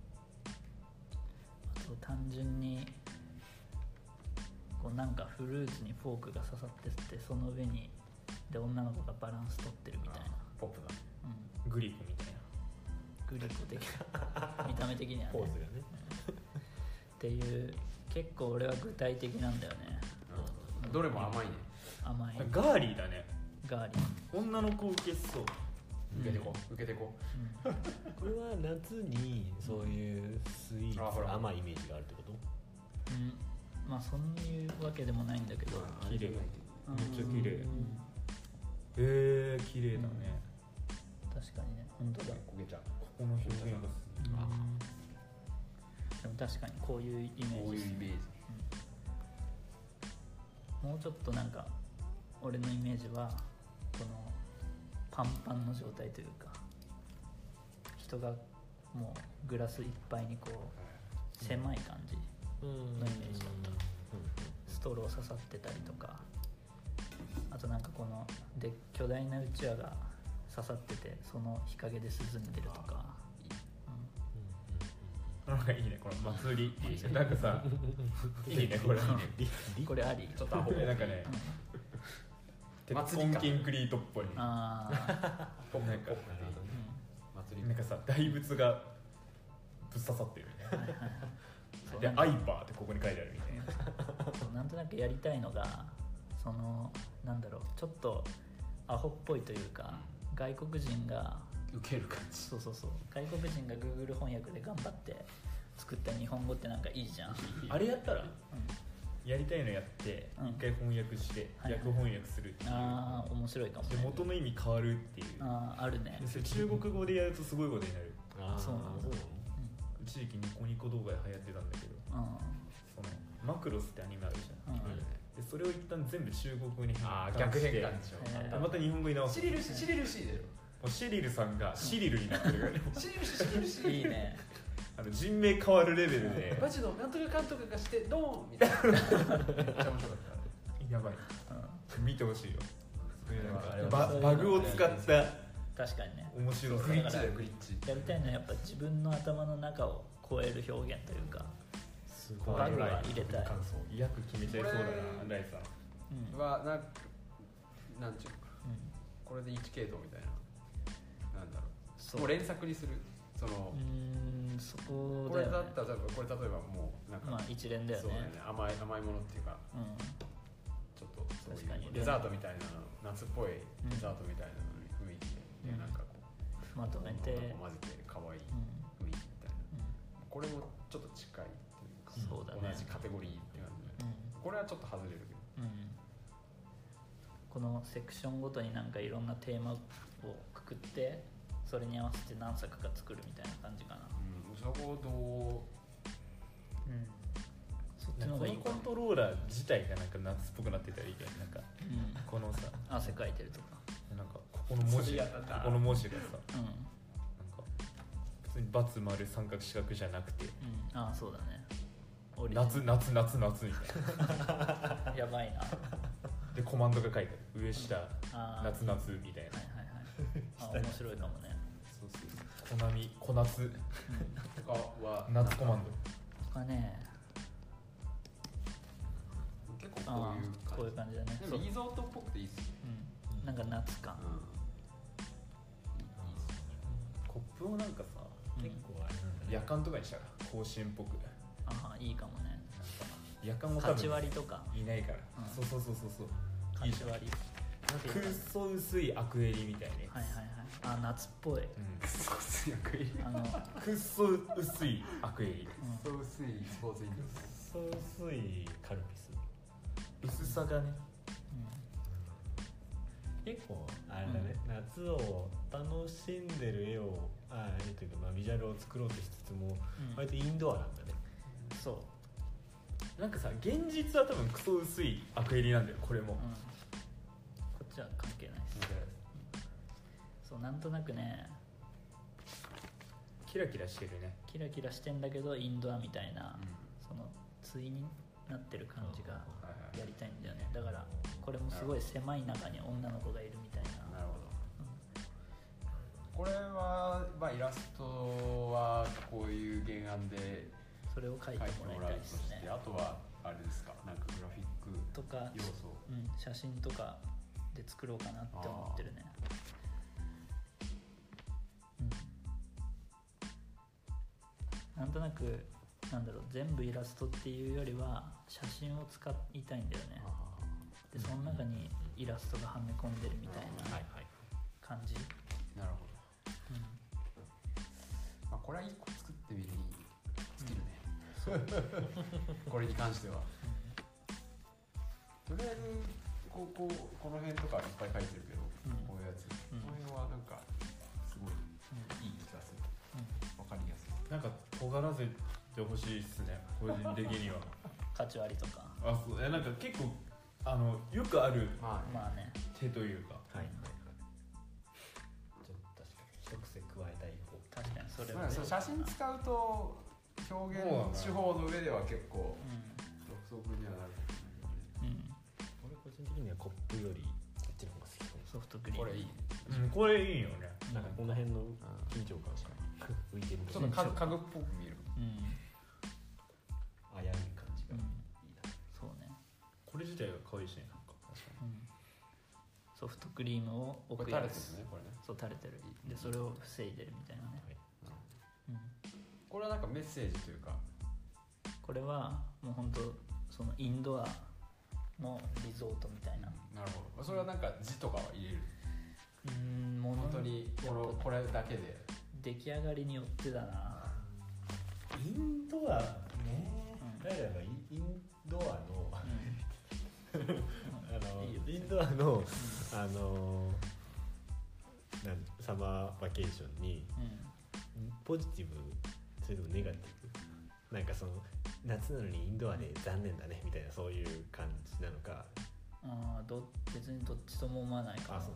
あと単純にこうなんかフルーツにフォークが刺さってて、その上にで女の子がバランス取ってるみたいな、 ポップだ。 グリコみたいなグリコ的な見た目的にはねポーズがね。 っていう結構俺は具体的なんだよね。 どれも甘いね。 甘いガーリーだねガーリー、 女の子受けそう受けてこ受けてこ。 これは夏にそういうスイーツあほら甘いイメージがあるってこと？ まあそういうわけでもないんだけど、 綺麗うんめっちゃ綺麗綺麗だね確かにね、本当だ。 焦げちゃう。 ここの表現がでも確かにこういうイメージこういうイメージ。 もうちょっとなんか俺のイメージはこのパンパンの状態というか、人がもうグラスいっぱいにこう狭い感じのイメージだった。ストロー刺さってたりとか、あとなんかこので巨大なうちわが刺さっててその日陰で涼んでるとか、 なんかいいねこの祭りなんかさいいねこれこれありちょっとアホ。 なんかね鉄祭りかコンキンクリートっぽいああ、 ポップなんか祭り。 なんかさ大仏がぶっ刺さってるみたいなそうでアイパーってここに書いてあるみたいなそうなんとなくやりたいのが、そのなんだろう、ちょっとアホっぽいというか、外国人が受ける感じ。 そう外国人が Google 翻訳で頑張って作った日本語ってなんかいいじゃん。 あれやったらやりたいのやってうん一回翻訳してはい逆翻訳するっていうああ面白いかもでね。 元の意味変わるっていうああ、あるね。 でそれ中国語でやるとすごいことになるあーそうなのそうなの？ 一時期ニコニコ動画で流行ってたんだけどそのマクロスってアニメあるじゃんうんでそれを一旦全部中国語に変ああ、 換して逆変換でしょ。 へーまた日本語に直すシリルシシリルシーでしもうシリルさんがシリルになってるからねょ。シリルシシリルシいいね。 人名変わるレベルでマジのなんとか監督がしてドーンみたいな。めっちゃ面白かった。 やばい見てほしいよそういうなんかあれはバグを使った確かにね。 面白さグリッチだよグリッチ。 やりたいのはやっぱ自分の頭の中を超える表現というか、 すバグは入れたい。 感想役決めちゃいそうだなライさんうんはなんちゅうかこれで1系統みたいな、なんだろそうもう連作にする。そのそここれだよね。 だったらこれ例えばもうなんか、 まあ一連だよそうだね。 ね、甘いものっていうかうんちょっとそう確かにいうデザートみたいな夏っぽいデザートみたいな雰囲気で、 うんなんかこうまとめて、 混ぜて可愛いうん雰囲気みたいな、これもちょっと近いっていうか、 そうだね同じカテゴリーって感じで、これはちょっと外れるけど、 このセクションごとになんかいろんなテーマをくくってそれに合わせて何作か作るみたいな感じかな。 そこをどそっちなんかこのの方がいいかも。 コントローラー自体がなんか夏っぽくなってたらいいけどなんかこのさ汗かいてるとか。 なんかここの文字それやだなここの文字がさうんなんか普通に×丸三角四角じゃなくてああそうだね。オリジナル夏夏夏みたいなやばいな。 でコマンドが書いてある上下あー夏夏みたいなはいはいはい。あ面白いかもね。 そうそうこ波小夏他は夏コマンとかね、 結構こういう感じこういう感じだね。 でもリゾートっぽくていいっすね。 うん、なんか夏感、 コップをなんかさ、 うん結構あれなんだね。 夜間とかにしたら甲子園っぽく、 ああいいかもね。 夜間も多勝ち分割りとか、 いないから、 うんそうそう勝ち割り、 くっそ薄いアクエリみたいなやつ、 はいはいはい、あ夏っぽい、 そうっす役入りくっそ薄いアクエリ、 そう薄いスポーツ飲料そう薄いカルピス。 薄さがね、 結構あれだね、夏を楽しんでる絵というか、まあビジュアルを作ろうとしつつも、 うん割とインドアなんだね。 そう、 なんかさ現実は多分クソ薄いアクエリなんだよこれも、 こっちは関係ないです。そうなんとなくね、 キラキラしてるね。 キラキラしてんだけどインドアみたいな、その対になってる感じがやりたいんだよね。だからこれもすごい狭い中に女の子がいるみたいな。 なるほど、これは、まあ、イラストはこういう原案でそれを描いてもらいたいですね。 あとはあれですか、なんかグラフィックとか要素、 写真とかで作ろうかなって思ってるね。なんとなくなんだろう、全部イラストっていうよりは写真を使いたいんだよね。でその中にイラストがはめ込んでるみたいな感じ。 なるほど、まあ、これは1個作ってみるに尽きるね、これに関しては、とりあえずこの辺とかいっぱい書いてるけど、こういうやつ、この辺はなんかすごいいい気がする、わかりやすい。 なんか尖らせてほしいっすね個人的には勝ち割りとか、 あ、そう、なんか結構よくあるままあね、 手というか、 はいはいはい。ちょっと確かに一癖加えたい方。 確かにそれまあ、 はね、 そう写真使うと表現手法の上では結構独特にはなるかもしれないけどね。 俺個人的にはコップよりこっちの方が好きかも。 ソフトクリームこれいいね、 これいいよね。 なんかこの辺の緊張感が浮いてる。 ちょっと家具っぽく見える。 危うい感じがいいな。 そうね、 これ自体が可愛いしね、なんかソフトクリームをこ置くやつ、 れ垂れてるね、これね。 そう垂れてる、でそれを防いでるみたいなね。 これはなんかメッセージというか、 これはもう本当そのインドアのリゾートみたいな。 なるほど。それはなんか字とかは入れる。 もの本当にこれだけで。 出来上がりによってだな。 インドアね。誰だろう、インドアのインドアのサマーバケーションにポジティブ、それともネガティブ、なんかその夏なのにインドアで残念だねみたいな、そういう感じなのか。 別にどっちとも思わないかな。 あ、そう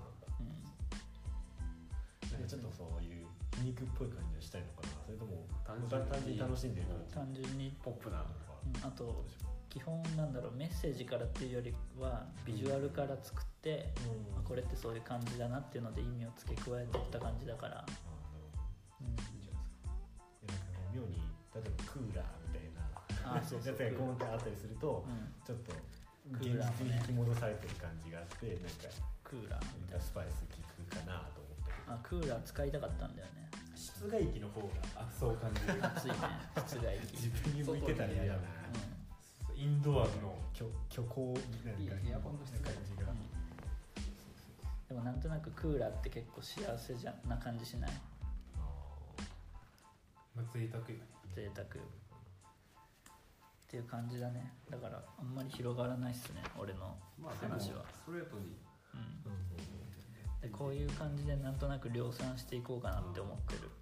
なんだ。なんかちょっとそういう皮肉っぽい感じをしたいのかな、それとも単純に楽しんでるのか。 単純にポップなのか。 あと基本なんだろう、メッセージからっていうよりはビジュアルから作って、これってそういう感じだなっていうので意味を付け加えていった感じだから。 いいじゃないですか。なんか妙に例えばクーラーみたいなそうそうやつがコーンってあったりすると、ちょっと現実に引き戻されてる感じがあって、なんかクーラーみたいスパイス効くかなと思って。 な。クーラー使いたかったんだよね。 室外機の方が熱そう感じる暑いね、室外機。 自分に向いてたら嫌だな。 インドアの虚構なんかエアコンの質感じが。 でもなんとなくクーラーって結構幸せな感じしない？ 贅沢よね。 贅沢っていう感じだね。だからあんまり広がらないっすね、俺の話は。 ストレートに。 でこういう感じでなんとなく量産していこうかなって思ってる。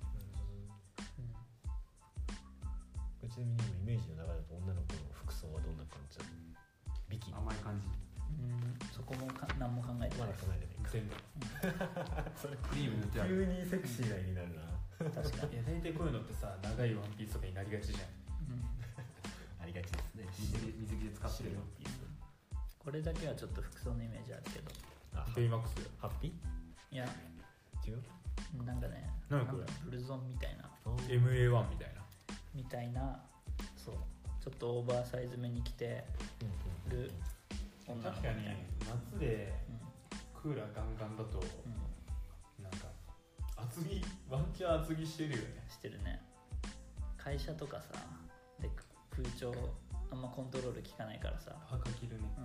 ちなみに今イメージの中だと女の子の服装はどんな感じなの？ビキニ。 甘い感じ。 そこも何も考えてない。 まだ考えてない。 全部それクリーム塗ってある。 急にセクシーな絵になるな。 確かに。 いや大体こういうのってさ、長いワンピースとかになりがちじゃん。 ありがちですね。 水着で使ってるよ。 これだけはちょっと服装のイメージあるけど。 ベイマックスハッピいやー？違う？ なんかね、 何これブルゾンみたいな MA1 みたいなそうちょっとオーバーサイズ目に着てる女の子確かにみたいな夏でクーラーガンガンだとなんか厚着ワンチャン厚着してるよね。 してるね。会社とかさで空調あんまコントロール効かないからさ、 パーカー着るね。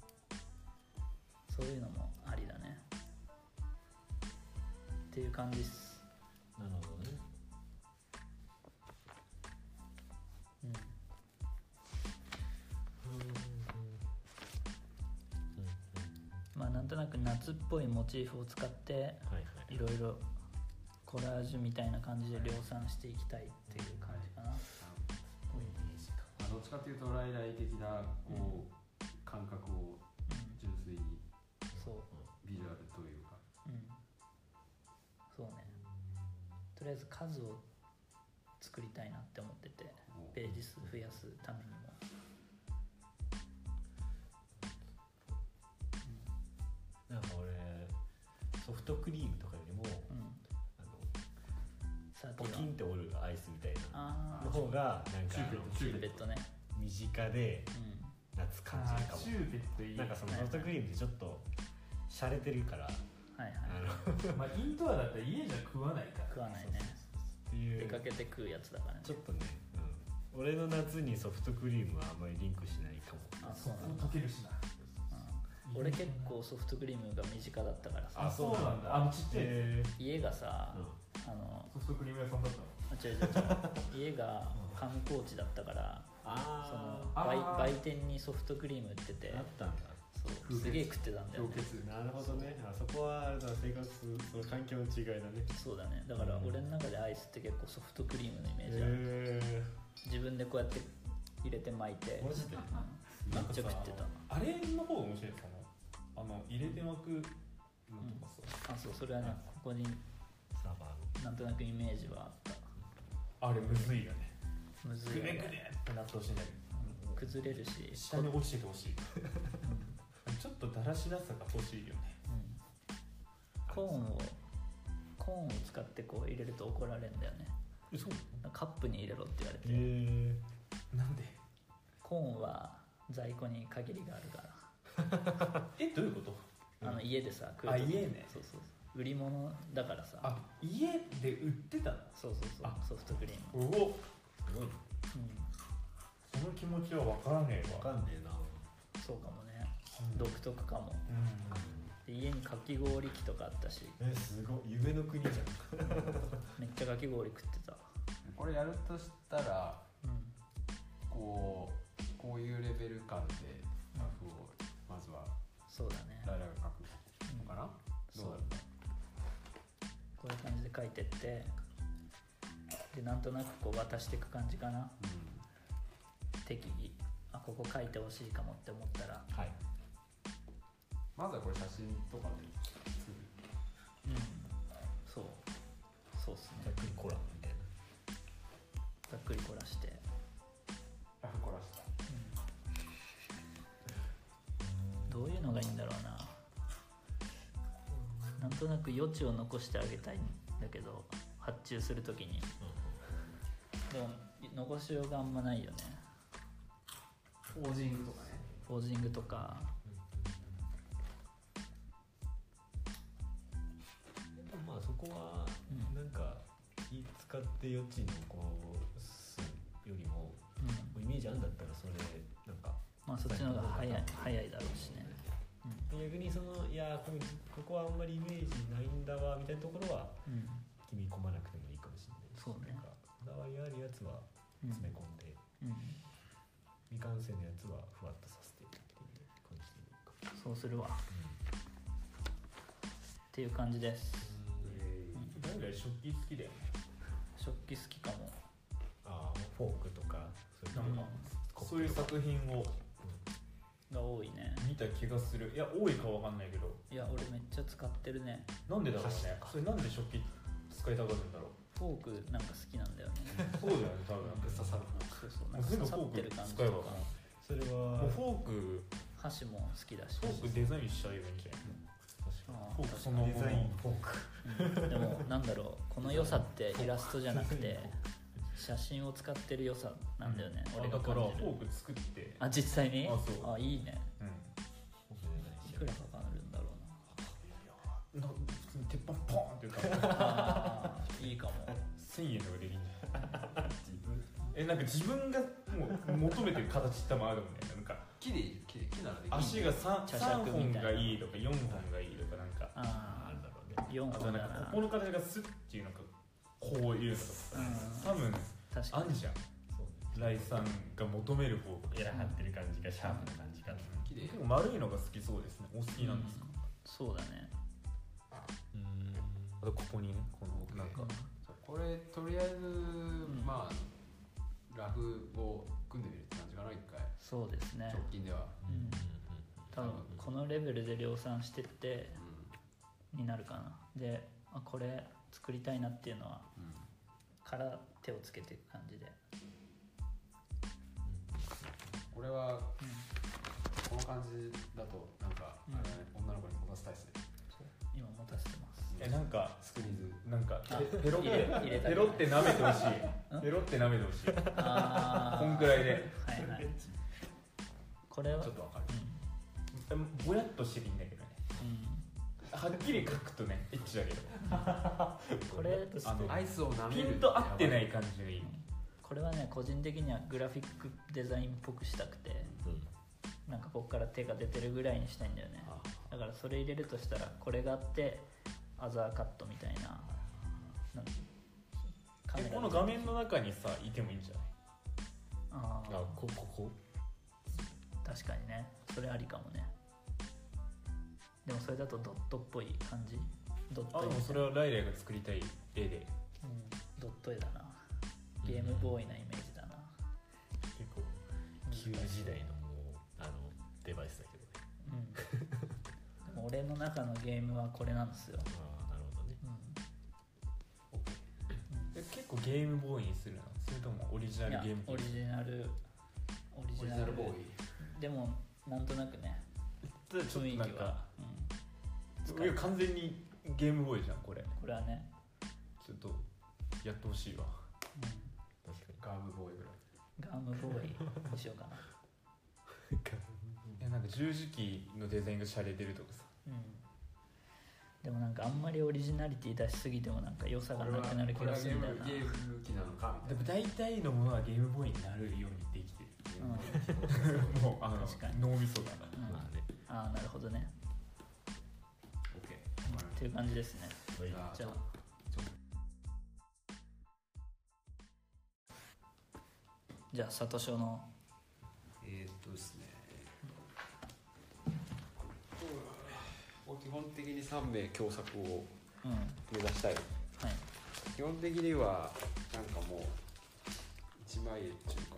そういうのもありだねっていう感じっす。 なるほどね。 まあなんとなく夏っぽいモチーフを使っていろいろコラージュみたいな感じで量産していきたいっていう感じかな。 どっちかっていうと来来的なこう、感覚を純粋にそうビジュアルというか、 そうね。とりあえず数を作りたいなって思ってて、ページ数増やすためにも。 なんか俺ソフトクリームとかよりも、ポキンって折るアイスみたいなの方がなんかチューベットね、 身近で夏感じるかも。 チューベットいい。 なんかそのソフトクリームってちょっと洒落てるから、 まあインドアだったら家じゃ食わないから。 食わないね。 っていう出かけて食うやつだからね。 ちょっとね、俺の夏にソフトクリームはあんまりリンクしないかも。 あ、そうなんだ。 溶けるしな。 俺結構ソフトクリームが身近だったからさ。 あ、そうなんだ。ちっちゃい家がさ、 ソフトクリーム屋さんだったの？違う家が観光地だったから、その売店にソフトクリーム売ってて、 あったんだ。 そうすげえ食ってたんだよね。 なるほどね。あそこはあれだ、生活その環境の違いだね。 そうだね。だから俺の中でアイスって結構ソフトクリームのイメージある。自分でこうやって入れて巻いて、 マジでめっちゃ食ってた。 あれの方が面白いですかね。入れて巻くのとかさ。あ、そう、それはね、ここにサーバーなんとなくイメージはあった。 あれむずいよね。 むずいよね。 グネグネってなってほしいんだけど、 崩れるし下に落ちててほしい。ちょっとだらしなさが欲しいよね。 コーンを使ってこう入れると怒られるんだよね。 そうカップに入れろって言われて。 なんで？ コーンは在庫に限りがあるから。 どういうこと？ 家でさ食うとき。家ね。 そう売り物だからさ。 家で売ってたの？ そうソフトクリーム。 すごい。その気持ちは分からねえわ。 分かんねえな。 そうかもね。独特かも。家にかき氷機とかあったし。 すごい夢の国じゃん。 めっちゃかき氷食ってた。 これやるとしたら、こういうレベル感でラフをまずはそうだね。 誰が書くのかな。 そうだね。こういう感じで書いてって、でなんとなくこう渡していく感じかな。適宜ここ書いてほしいかもって思ったら、 まずはこれ写真とかで作る。 そうっすね。 ざっくりコラみたいな。 ざっくり凝らして。 ラフコラした。 どういうのがいいんだろうな。なんとなく余地を残してあげたいんだけど、発注するときに。でも残しようがあんまないよね。 ポージングとかね。 ポージングとか。 まあそこはなんか気使って余地のこうすよりも、イメージあるんだったらそれなんかまあそっちの方が早いだろうしね。 逆にいやここはあんまりイメージないんだわみたいなところは、君込まなくてもいいかもしれないし、 そうね。 こだわりあるやつは詰め込んで、未完成のやつはふわっとさせてっていう感じでいいか。 そうするわ。っていう感じです。 誰々食器好きだよね。 食器好きかも。 フォークとかそういう作品をが多いね。 見た気がする。いや多いかわかんないけど。 いや俺めっちゃ使ってるね。 なんでだろうね。それなんで食器使いたがるんだろう。 フォークなんか好きなんだよね。 そうだよね多分。 刺さる。そうなんか刺さってる感じとか。 それはもうフォーク箸も好きだし。 フォークデザインしちゃえばいいんじゃない？ 確かフォークそのものデザインフォークでもなんだろうこの良さってイラストじゃなくて写真を使ってる良さなんだよね、俺がだから感じる。 フォーク作ってあ実際にそうあいいね。 うんいくらかかるんだろうなんか普通に鉄板ポーンっていうかな。あいいかも。 1000円とかできるんじゃないなんか自分がもう求めてる形ってもあるもんね。なんか木でいい木ならできる足が 3, 茶杓み本たいながいいとか4本がいいとかなんかああるだろうね。 4 あと本だな。 なんかここの形がスッっていうのかこういうのとか多分確かにあんじゃんそうライさんが求めるフォークエラ張ってる感じがシャープな感じかな。 木でいい結構丸いのが好きそうですね。お好きなんですか？ そうだね。 あとここにねこのなんかこれとりあえず、まあラフを組んでみるって感じかな一回そうですね。 直近では、 うん多分このレベルで量産してってになるかな。でこれ作りたいなっていうのはから手をつけていく感じで。 これはこの感じだとなんか、あれね女の子に持たせたいですね。 そう今持たせてます。 なんかスクリーズなんかあペロって入れたペロって舐めてほしい。ペロって舐めてほしい。 あこんくらいではいはい。これはちょっとわかる。 ぼやっとしてていいんだけどね。はっきり書くとねエッチだけどこれとしてアイスを舐めるピンと合ってない感じがいい。 これはね個人的にはグラフィックデザインっぽくしたくて、なんかここから手が出てるぐらいにしたいんだよね。だからそれ入れるとしたらこれがあってアザーカットみたいなカメラでこの画面の中にさいてもいいんじゃない？ ああこ確かにねそれありかもね。でもそれだとドットっぽい感じ。ドット絵あでもそれはライライが作りたい絵でドット絵だな。ゲームボーイなイメージだな。 結構旧時代のもうデバイスだけどね。 でも俺の中のゲームはこれなんですよ。 ああなるほどね。 結構ゲームボーイにするの？それともオリジナルゲームボーイ？ オリジナルオリジナルボーイ。 でもなんとなくね雰囲気なんかは、 いや完全にゲームボーイじゃんこれ。 これはね、 ちょっとやってほしいわ。 確かに。 ガームボーイぐらい。 ガームボーイにしようかな。 いやなんか十字キーのデザインが洒落てるとかさ。 でもなんかあんまりオリジナリティ出しすぎてもなんか良さがなくなる気がするんだよな。 ゲーム機なのかみたいな。 でも大体のものはゲームボーイになるようにできてる。もう確かに脳みそだな。 まあね。 ああなるほどね。 オッケっていう感じですね。 ー。 じゃあじゃあサトショのですね。基本的に3名共作を目指したい。 はい基本的にはなんかもう一枚絵っていうか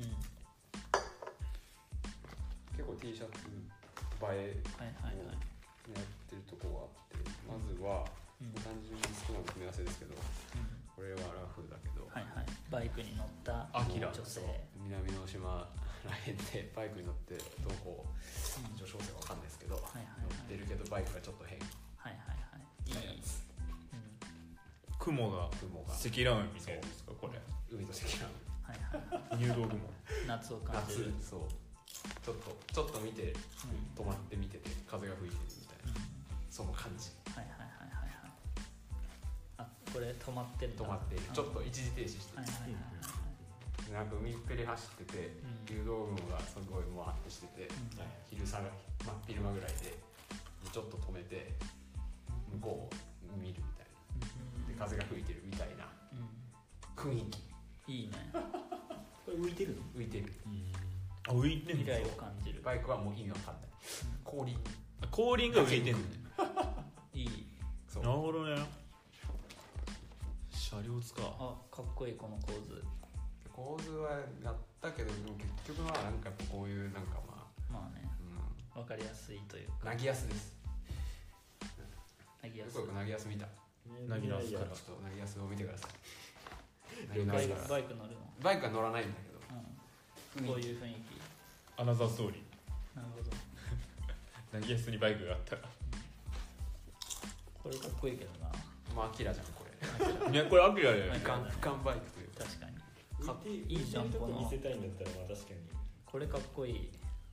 結構 T シャツ映えをはいはいはいやってるとこがあって、まずは単純に少な組み合わせですけど、これはラフだけど、 はいはい。バイクに乗ったアキラ女性。 南の島らへんでバイクに乗ってどこ女子高生かわかんないですけど、 はいはいはい乗ってるけどバイクがちょっと変はいはいはい。いいなやつ。 雲が雲が積乱雲みたいですかこれ？ 海と積乱はいはいはい。 入道雲。 夏を感じる。 夏、そうちょっと見て、止まって見てて風が吹いてるみたいな、その感じ。 はいはいはいはいはい。あこれ止まってるんだ。 止まっている、ちょっと一時停止してる、 はいはいはいはい。 なんか海っぺり走ってて、誘導雲がすごいもわってしてて、昼下がり真っ昼間ぐらいでちょっと止めて向こうを見るみたいな、で風が吹いてるみたいな雰囲気。 いいね。 これ浮いてるの？ 浮いてる。 あ浮いてんの？ 未来を感じる。 バイクはもう意味わかんない。後輪。 後輪が浮いてんの？ いい。 そうなるほどね。車両使う。 あかっこいいこの構図。 構図はやったけど、でも結局はなんかやっぱこういうなんかまあねわかりやすいというか。 なぎやすです。 なぎやすよくなぎやす見た。 なぎやすちょっとなぎやすを見てください。 い。バイなぎやすク乗るの。 バイクは乗らないんだけど、 こういう雰囲気。 アナザーストーリー。 なるほど。 なぎやすにバイクがあったらこれかっこいいけどな。 まあアキラじゃんこれ。 いやこれアキラだよね。 俯瞰バイクというか。 確かにいいじゃん。この見せたいんだったらまあ確かにこれかっこいい。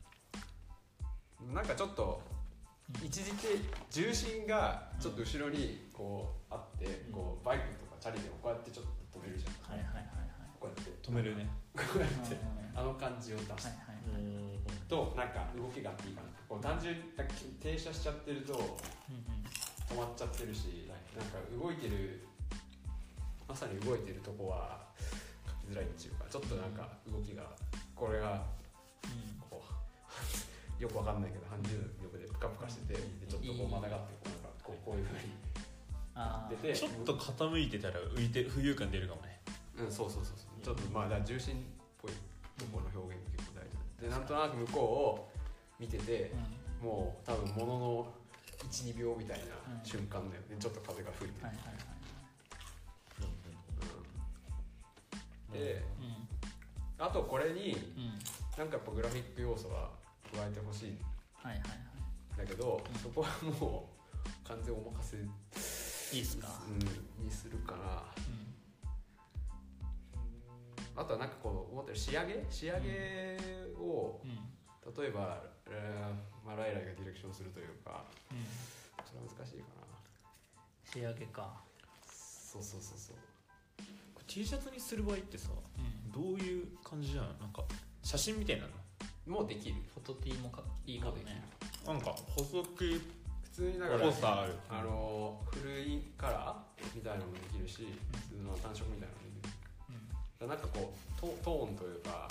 なんかちょっと一時期重心がちょっと後ろにこうあって、こうバイクとかチャリでもこうやってちょっと止めるじゃん。 はいはいはいはい。 こうやって止めるね。 こうやってあの感じを出す、 はいはいはい。 となんか動きがあっていいかな。こう単純に停車しちゃってると止まっちゃってるし、なんか動いてるまさに動いてるとこは書きづらいっていうか、ちょっとなんか動きがこれがこうよくわかんないけど反重力でプカプカしてて、でちょっとこうまたがってこういう風に出て、 ちょっと傾いてたら浮遊感出るかもね。 そうちょっとまあだから重心っぽいところの表現が結構大事で、なんとなく向こうを見てて、もう多分ものの 1,2 秒みたいな瞬間だよね、ちょっと風が吹いてる、 はいはいはい。 で、あとこれになんかやっぱグラフィック要素は加えてほしいんだけど、そこはもう完全お任せいいっすか、 にするから、あとはなんかこう思ってる仕上げを、例えば、まあ、ライライがディレクションするというか、それは難しいかな。 仕上げか。 そう T シャツにする場合ってさ、どういう感じじゃん。なんか写真みたいなのもうできる。 フォト T もいいかもね。 なんか細く普通にだからポスターある、 古いカラーみたいなのもできるし、普通の単色みたいなのもできる、なんかこうトーンというか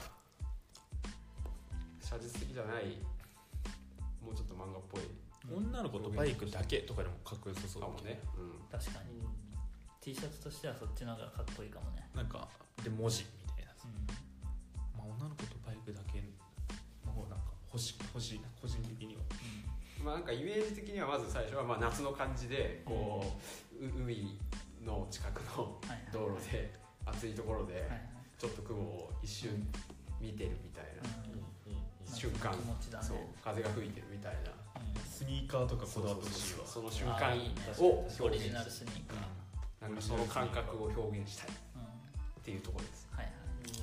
写実的じゃない、もうちょっと漫画っぽい、 女の子とバイクだけとかでもかっこよさそうかもね、 確かに、T シャツとしてはそっちの方がかっこいいかもね。 なんかで文字みたいな、まあ、女の子とバイクだけの方なんか欲しいな個人的には、 まあなんかイメージ的にはまず最初はまあ夏の感じでこう、海の近くの道路で暑いところでちょっと雲を一瞬見てるみたいな瞬間、そう風が吹いてるみたいな、 スニーカーとかこだわってほしいわ。 その瞬間をオリジナルスニーカー、 なんかその感覚を表現したいっていうところです。 はいはい。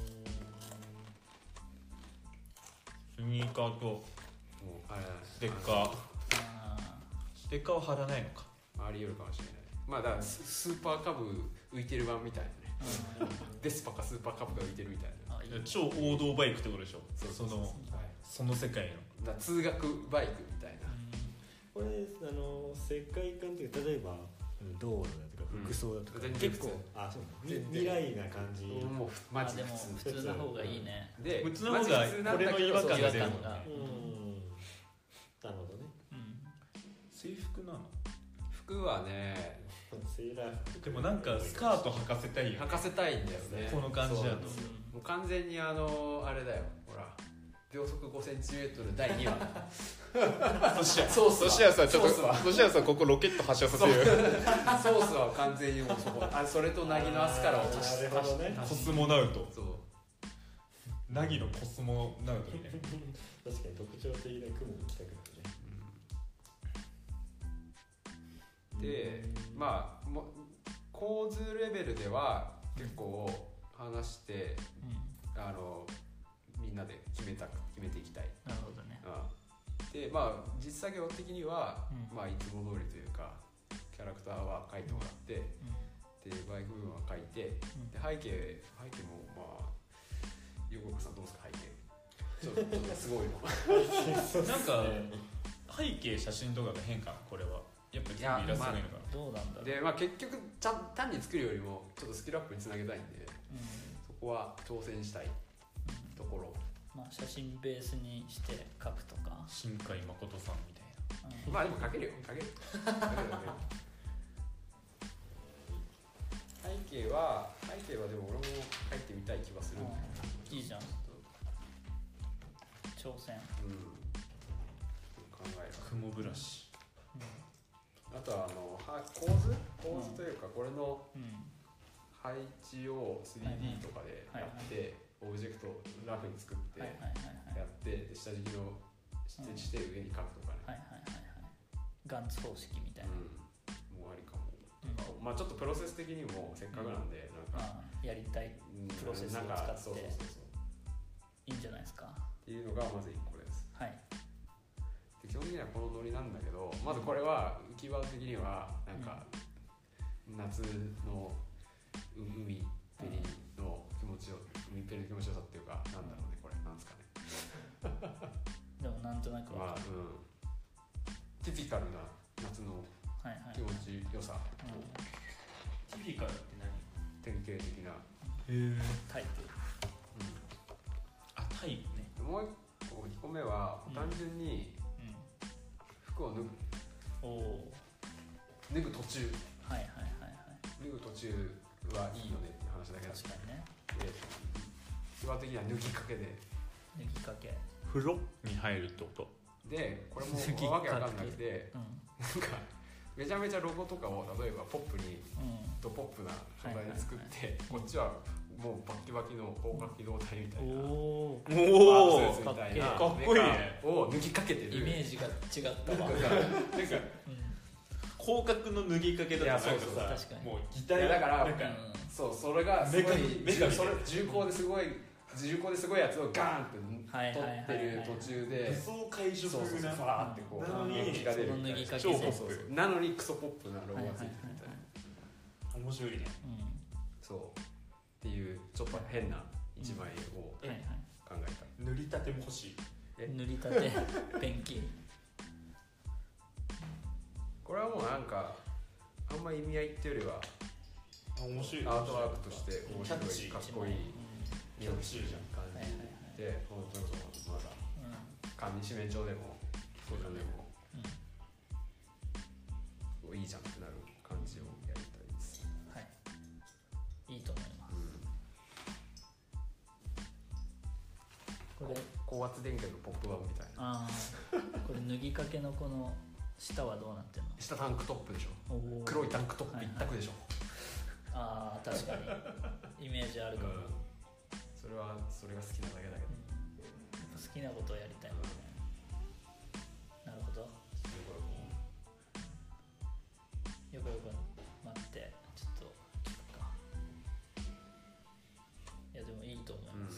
スニーカーとステッカー、ステッカーは貼らないのか。 あり得るかもしれない。まあだからスーパーカブ浮いてる版みたいなね、ベスパかスーパーカブが浮いてるみたいな、 超王道バイクってことでしょ。その世界のだ通学バイクみたいな、 これ世界観というか、例えば道路だとか服装だとか、結構未来な感じ、 もうマジで普通な方がいいね。 で普通の方がこれの違和感が出るもんね。 なるほどね。 制服なの？ 服はね、 セーラー服でもなんかスカート履かせたいよね。 履かせたいんだよね、 この感じだと。 もう完全にあれだよ、ほら秒速 5cm 第2話そしたらさ、ちょっとそしたらさ、ここロケット発射させるソースは完全にもうそれとナギのアスカラを足し、 なるほどね、 コスモナウト、 そうナギのコスモナウトね確かに特徴的な雲に行きたくなるね。 で、まあ構図レベルでは結構話して、みんなで決めていきたい。 なるほどね。 でまあ実作業的には、まあいつも通りというかキャラクターは描いてもらって、でバイク部分は描いて、で背景もまあ横岡さんどうですか、背景ちょっとすごいのなんか背景写真とかが変かな、これはやっぱり全部イラストがいいのかな。 どうなんだろう。 でまあ結局単に作るよりもちょっとスキルアップにつなげたいんで、そこは挑戦したいところ。 まあ写真ベースにして描くとか、 新海誠さんみたいな。 まあでも描けるよ、描ける背景はでも俺も描いてみたい気はするんだけど、 いいじゃん、挑戦。 考える。 雲ブラシ、 あとは構図というか、これの配置を 3D とかでやって、オブジェクトをラフに作ってやって、で下敷きのして上に描くとかね、 ガンツ方式みたいな。 ももありかもとか、まあちょっとプロセス的にもせっかくなんで、なんか、 やりたいプロセスを使ってそういいんじゃないですかっていうのがまず1個です。 はい。 で基本的にはこのノリなんだけど、まずこれは浮き輪的にはなんか、夏の海ペリの気持ちよ海ペリの気持ちよさっていうか、なんだろうねこれなんですかねでもなんとなくまあティピカルな夏の気持ちよさ、 ティピカルって典型的なタイプ、 あタイプね。 もう1個目は単純に服を脱ぐ途中、脱ぐ途中はいいよねっていう話だけだ。 確かにね。 で一般的には脱ぎかけで、 脱ぎかけ風呂に入るってことでこれもわけわかんなくて、なんかめちゃめちゃロゴとかを例えばポップに、とポップな素材で作って、こっちはもうバッキバキの高架機動隊みたいなおスーツみたいなかっこいいねを脱ぎかけてるイメージが違ったわ。 なんか広角の脱ぎかけだとなんかさ、 確かにもう擬態だからなんか、 そうそれがすごいメカそれ重厚ですごいやつをガーンって取ってる途中で武装解除そう風なファーってこうなのに元気が出るみたいなその脱ぎかけ超ポッそうそうなのにクソポップなロゴがついてるみたいな、 面白いね。 そうっていうちょっと変な一枚を考えた。 塗りたても欲しい。 塗りたてペンキ。 これはもうなんかあんま意味合いっていうよりは面白い。 アートワークとして面白いかっこいいキャッチーじゃん。 感じで、本当にそのまだ紙紙面上でもそうでもいいじゃんってなる感じをやりたいです。 はい、いいと思います。これ高圧電源のポップバンみたいな。 これ脱ぎかけのこの下はどうなってんの？ 下タンクトップでしょ。黒いタンクトップ一択でしょ。 確かにイメージあるかも。 それが好きなだけだけど。 好きなことをやりたいもんね。なるほど。よく待ってちょっと聞くか。いやでもいいと思います。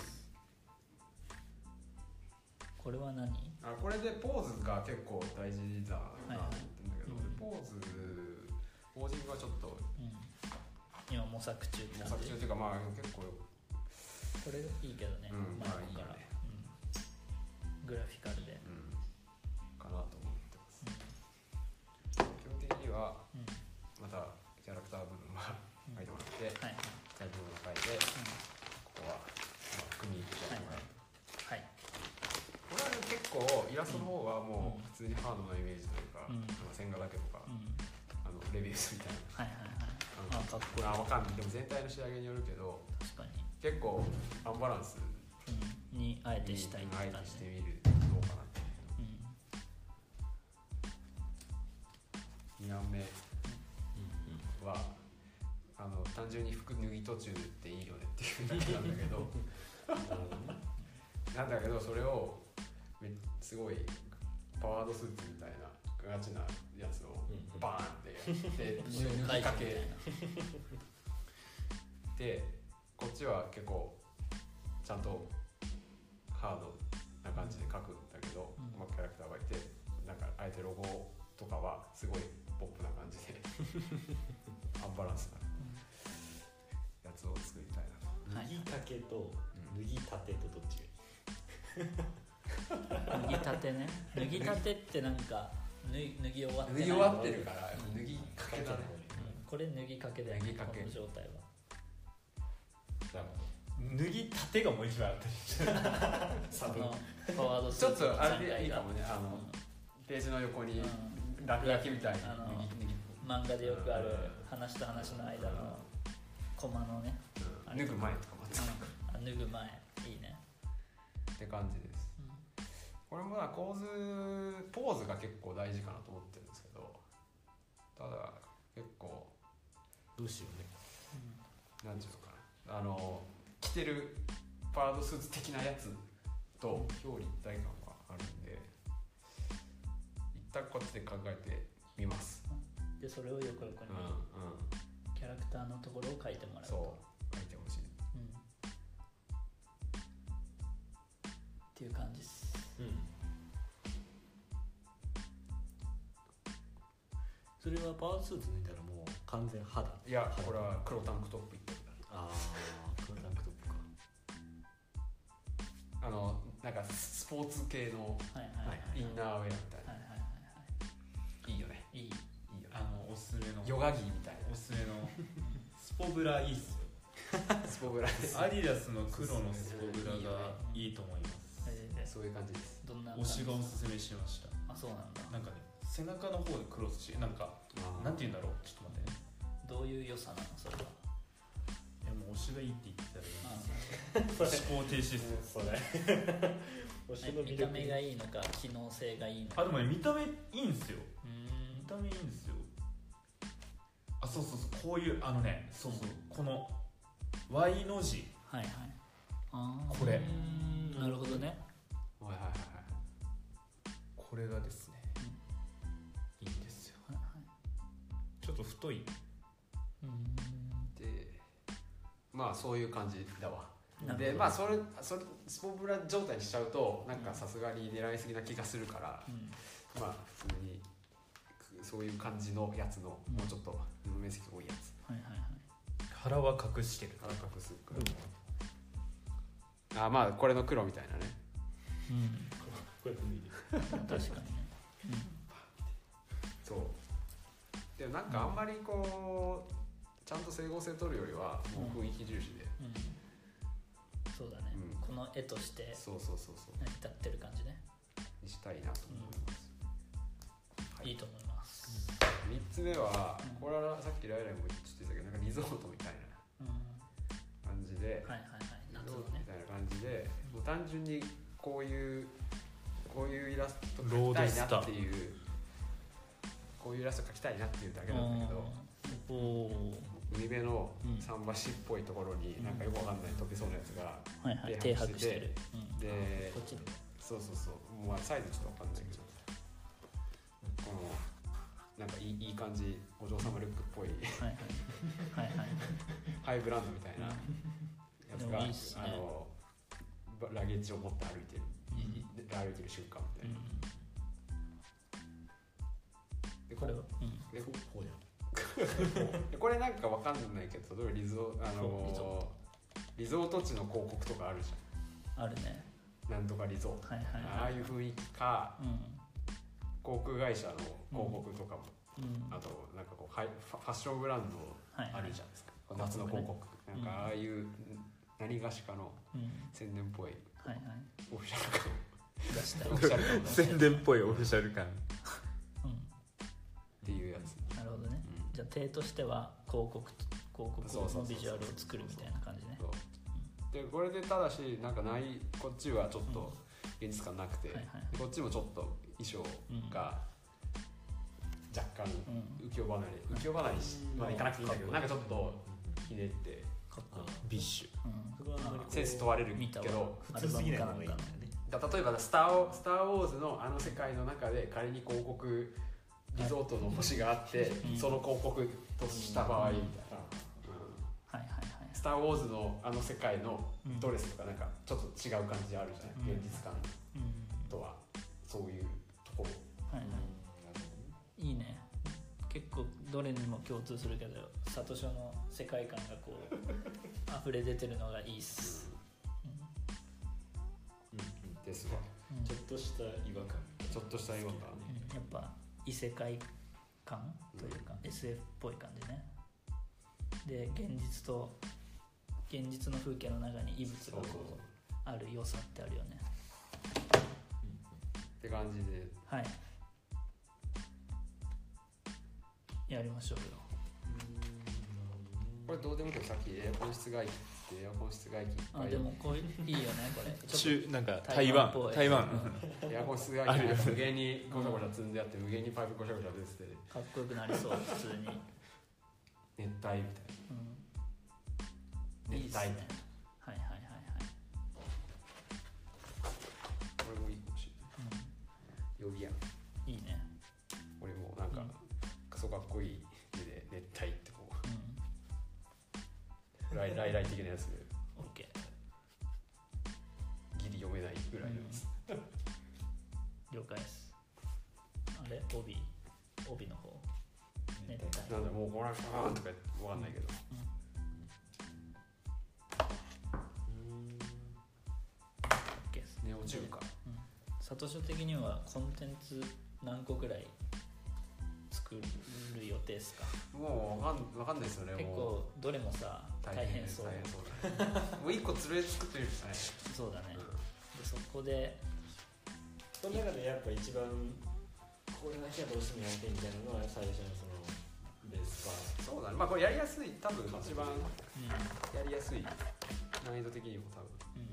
これは何？ これでポーズが結構大事だなと思ってるんだけど、ポージングはちょっと、 今模索中って感じ。模索中っていうかまあ結構これいいけどね。 まあいいよね。 グラフィカルで、 かなと思ってます。基本的には、またキャラクター部分は書いてもらって、タイプ部分を書いて、ここは組み入れてもらう。これは結構イラストの方はもう普通にハードなイメージというか、線画だけとか、レビュースみたいな。 かっこいい。 わかんない。でも全体の仕上げによるけど、 確かに結構アンバランスにあえてしたいって感じ。 あえてしてみるどうかなって。2案目は単純に服脱ぎ途中でいいよねっていうだけなんだけどなんだけどそれをすごいパワードスーツみたいなガチなやつをバーンってやって脱ぎかけでこっちは結構ちゃんとハードな感じで描くんだけど、キャラクターがいてなんかあえてロゴとかはすごいポップな感じでアンバランスなやつを作りたいなと。 脱ぎかけと脱ぎたてとどっち脱ぎたてね。脱ぎたてってなんか脱ぎ終わってない。 脱ぎ終わってるから脱ぎかけだね。 これ脱ぎかけだよね。この状態は。 脱ぎたてがもう一番あったりサブパワードスちょっーツとあれでいいかもね。ページの横に落書きみたいな漫画でよくある話と話の間のコマのね、 脱ぐ前とかもあ脱ぐ前いいねって感じです。これもポーズが結構大事かなと思ってるんですけど、ただ結構どうしようね、 なんていうのかな、着てるパワードスーツ的なやつと表裏一体感があるんで、一旦こっちで考えてみます。 でそれを横にキャラクターのところを書いてもらうと、 そう書いてほしい。 っていう感じです。 それはパワースーツ抜いたらもう完全肌。 いやこれは黒タンクトップいってる。 ああ黒タンクトップか。 なんかスポーツ系のインナーウェアみたいな、いいよね。 いいよね。 おすすめのヨガ着みたいな。 おすすめのスポブラいいっすよ。 スポブラです。 アディダスの黒のスポブラがいいと思います。 そういう感じです。 どんな推しがおすすめしました。 あ、そうなんだ。 なんかね背中の方でクロスし、なんかなんて言うんだろう、ちょっと待ってね。 どういう良さなのそれは。 いやもう推しがいいって言ったらいいんですよ。思考停止ですそれ推しの魅見力。 た目がいいのか機能性がいいのか。 あ、でもね見た目いいんですよ。見た目いいんですよ。あ、そうそうそう、こういうそうそう、この Y の字、 はいはい。あこれなるほどね。 はいはいはいはい。 これがですね、いいんですよ。 はいはい。 ちょっと太い。 でまあそういう感じだわ。 なるほど。 でまあそれスポブラ状態にしちゃうとなんかさすがに狙いすぎな気がするから、まあ普通にそういう感じのやつの、もうちょっと布面積多いやつ。 はいはいはい。 腹は隠してる。 腹隠す。あ、まあこれの黒みたいなね。 これ脱いで。 確かにね。 そう。でもなんかあんまりこうちゃんと整合性取るよりはもう雰囲気重視で。 そうだね。この絵としてそうそうそうそう。 成り立ってる感じね。 にしたいなと思います。 いいと思います。 3つ目は、これはさっきライライもちょっと言ってたけどなんかリゾートみたいな感じで、 はいはいはい。 リゾートみたいな感じで、もう単純にこういうイラスト描きたいなっていう、こういうイラスト描きたいなっていうだけなんだけど、海辺の桟橋っぽいところになんかよくわかんない飛びそうなやつが停泊してる。 でこっちに。 そうそうそう、もうサイズちょっとわかんないけど、このなんかいい感じお嬢様ルックっぽいはいはいはいはい。 ハイブランドみたいなやつが、 でもいいっすね。 ラゲッジを持って歩いてる瞬間みたいな。でこれはでこうじゃん。これなんかわかんないけど、例えばリゾート地の広告とかあるじゃん。あるね。 なんとかリゾート、ああいう雰囲気か、航空会社の広告とかも、あとなんかこうファッションブランドあるじゃないですか、夏の広告、なんかああいう何がしかの宣伝っぽいオフィシャル感出したい。 宣伝っぽいオフィシャル感っていうやつ。 なるほどね。じゃあ手としては広告のビジュアルを作るみたいな感じね。 でこれでただしなんかないこっちはちょっと現実感なくて、こっちもちょっと衣装が若干浮世離れまでいかなくていいんだけど、なんかちょっとひねってビッシュ、 センス問われるけど普通すぎないのがいいんだよね。 例えばスター・ウォーズのあの世界の中で仮に広告リゾートの星があって、その広告とした場合みたいな、スター・ウォーズのあの世界のドレスとかなんかちょっと違う感じあるじゃない、現実感とはそういうところ。 いいね。結構どれにも共通するけどサトショの世界観がこう溢れ出てるのがいいっす。 ですわ。 ちょっとした違和感。 やっぱ異世界感というか、SF っぽい感じね。で現実の風景の中に異物がこうある良さってあるよね。 って感じで、 はい。やりましょうよ。 これどうでもいいけど、さっきエアコン室外機ってエアコン室外機いっぱい。 でもこういいよねこれ。 なんか台湾エアコン室外機が無限にゴシャゴシャ積んであって無限にパイプゴシャゴシャ出ててかっこよくなりそう普通に。 熱帯みたいな。 いいっすね。はいはいはいはい。 これもいいかもしれない。予備やん。 いいね。 俺もなんかソかっこいい字で熱帯ってこうん、 う来的なやつで OK ギリ読めないぐらいのやつ、 了解です。あれ帯の方熱帯なんだもうこれかーんとかわかんないけど、 OK です。 ネオ中華サトショ的にはコンテンツ何個ぐらい作る予定ですか？ もうわかんないですよね。 結構どれもさ大変そうだもう一個つるえ作ってるんですかね。 そうだね、でそこでその中でやっぱ一番これだけはどうしてもやりたいみたいなのは最初のそのベースパー。 そうだね、まあこれやりやすい、多分一番うんやりやすい、難易度的にも多分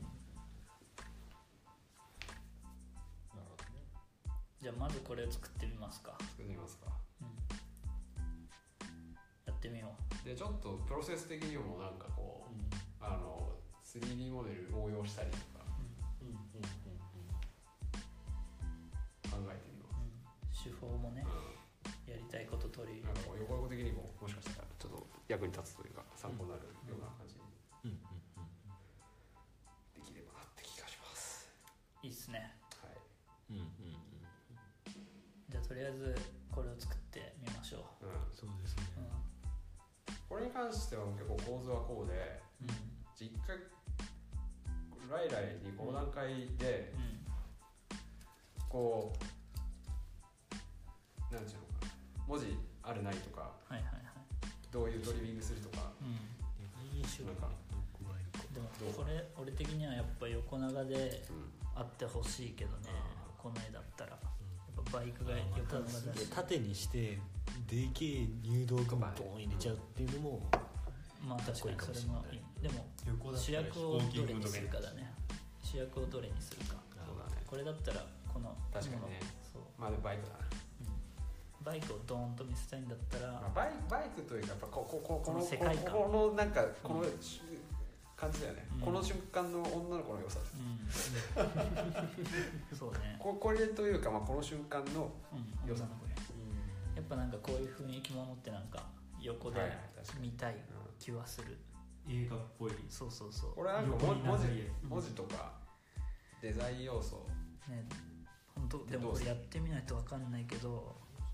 なるほどね。 じゃあまずこれを作ってみますか。 作ってみますか。 やってみよでちょっとプロセス的にもなんかこう、3D モデル応用したりとか考えてみます、 手法もね、やりたいこと取りなんかこう横横的にももしかしたらちょっと役に立つというか参考になるような感じにできればなって気がします。 いいっすね。 はい、 じゃあとりあえずこれを作ってみましょう。 そうですね。 これに関しては結構構図はこうで、実家来にこの段階で、こうなんていうのかな、文字あるないとか、どういうトリミングするとか、なんかでもこれ俺的にはやっぱ横長であってほしいけどね、この絵だったらやっぱバイクが横長だし、 縦にしてでけえ入道雲ボーン入れちゃうっていうのもまあ確かにそれもいい。でも主役をどれにするかだね。主役をどれにするか。 そうだね、 これだったらこの確かにね、 そうまあでもバイクだな、 バイクをドーンと見せたいんだったら、 まあ、バイクというかやっぱこの世界観、 このなんかこの感じだよね、この瞬間の女の子の良さ、 そうね、 これというか、まあ、この瞬間の良さ、 やっぱなんかこういう雰囲気ものってなんか横で見たい気はする、 映画っぽい。 そうそうそう、 これなんか文字とかデザイン要素ね、本当でもこれやってみないと分かんないけど、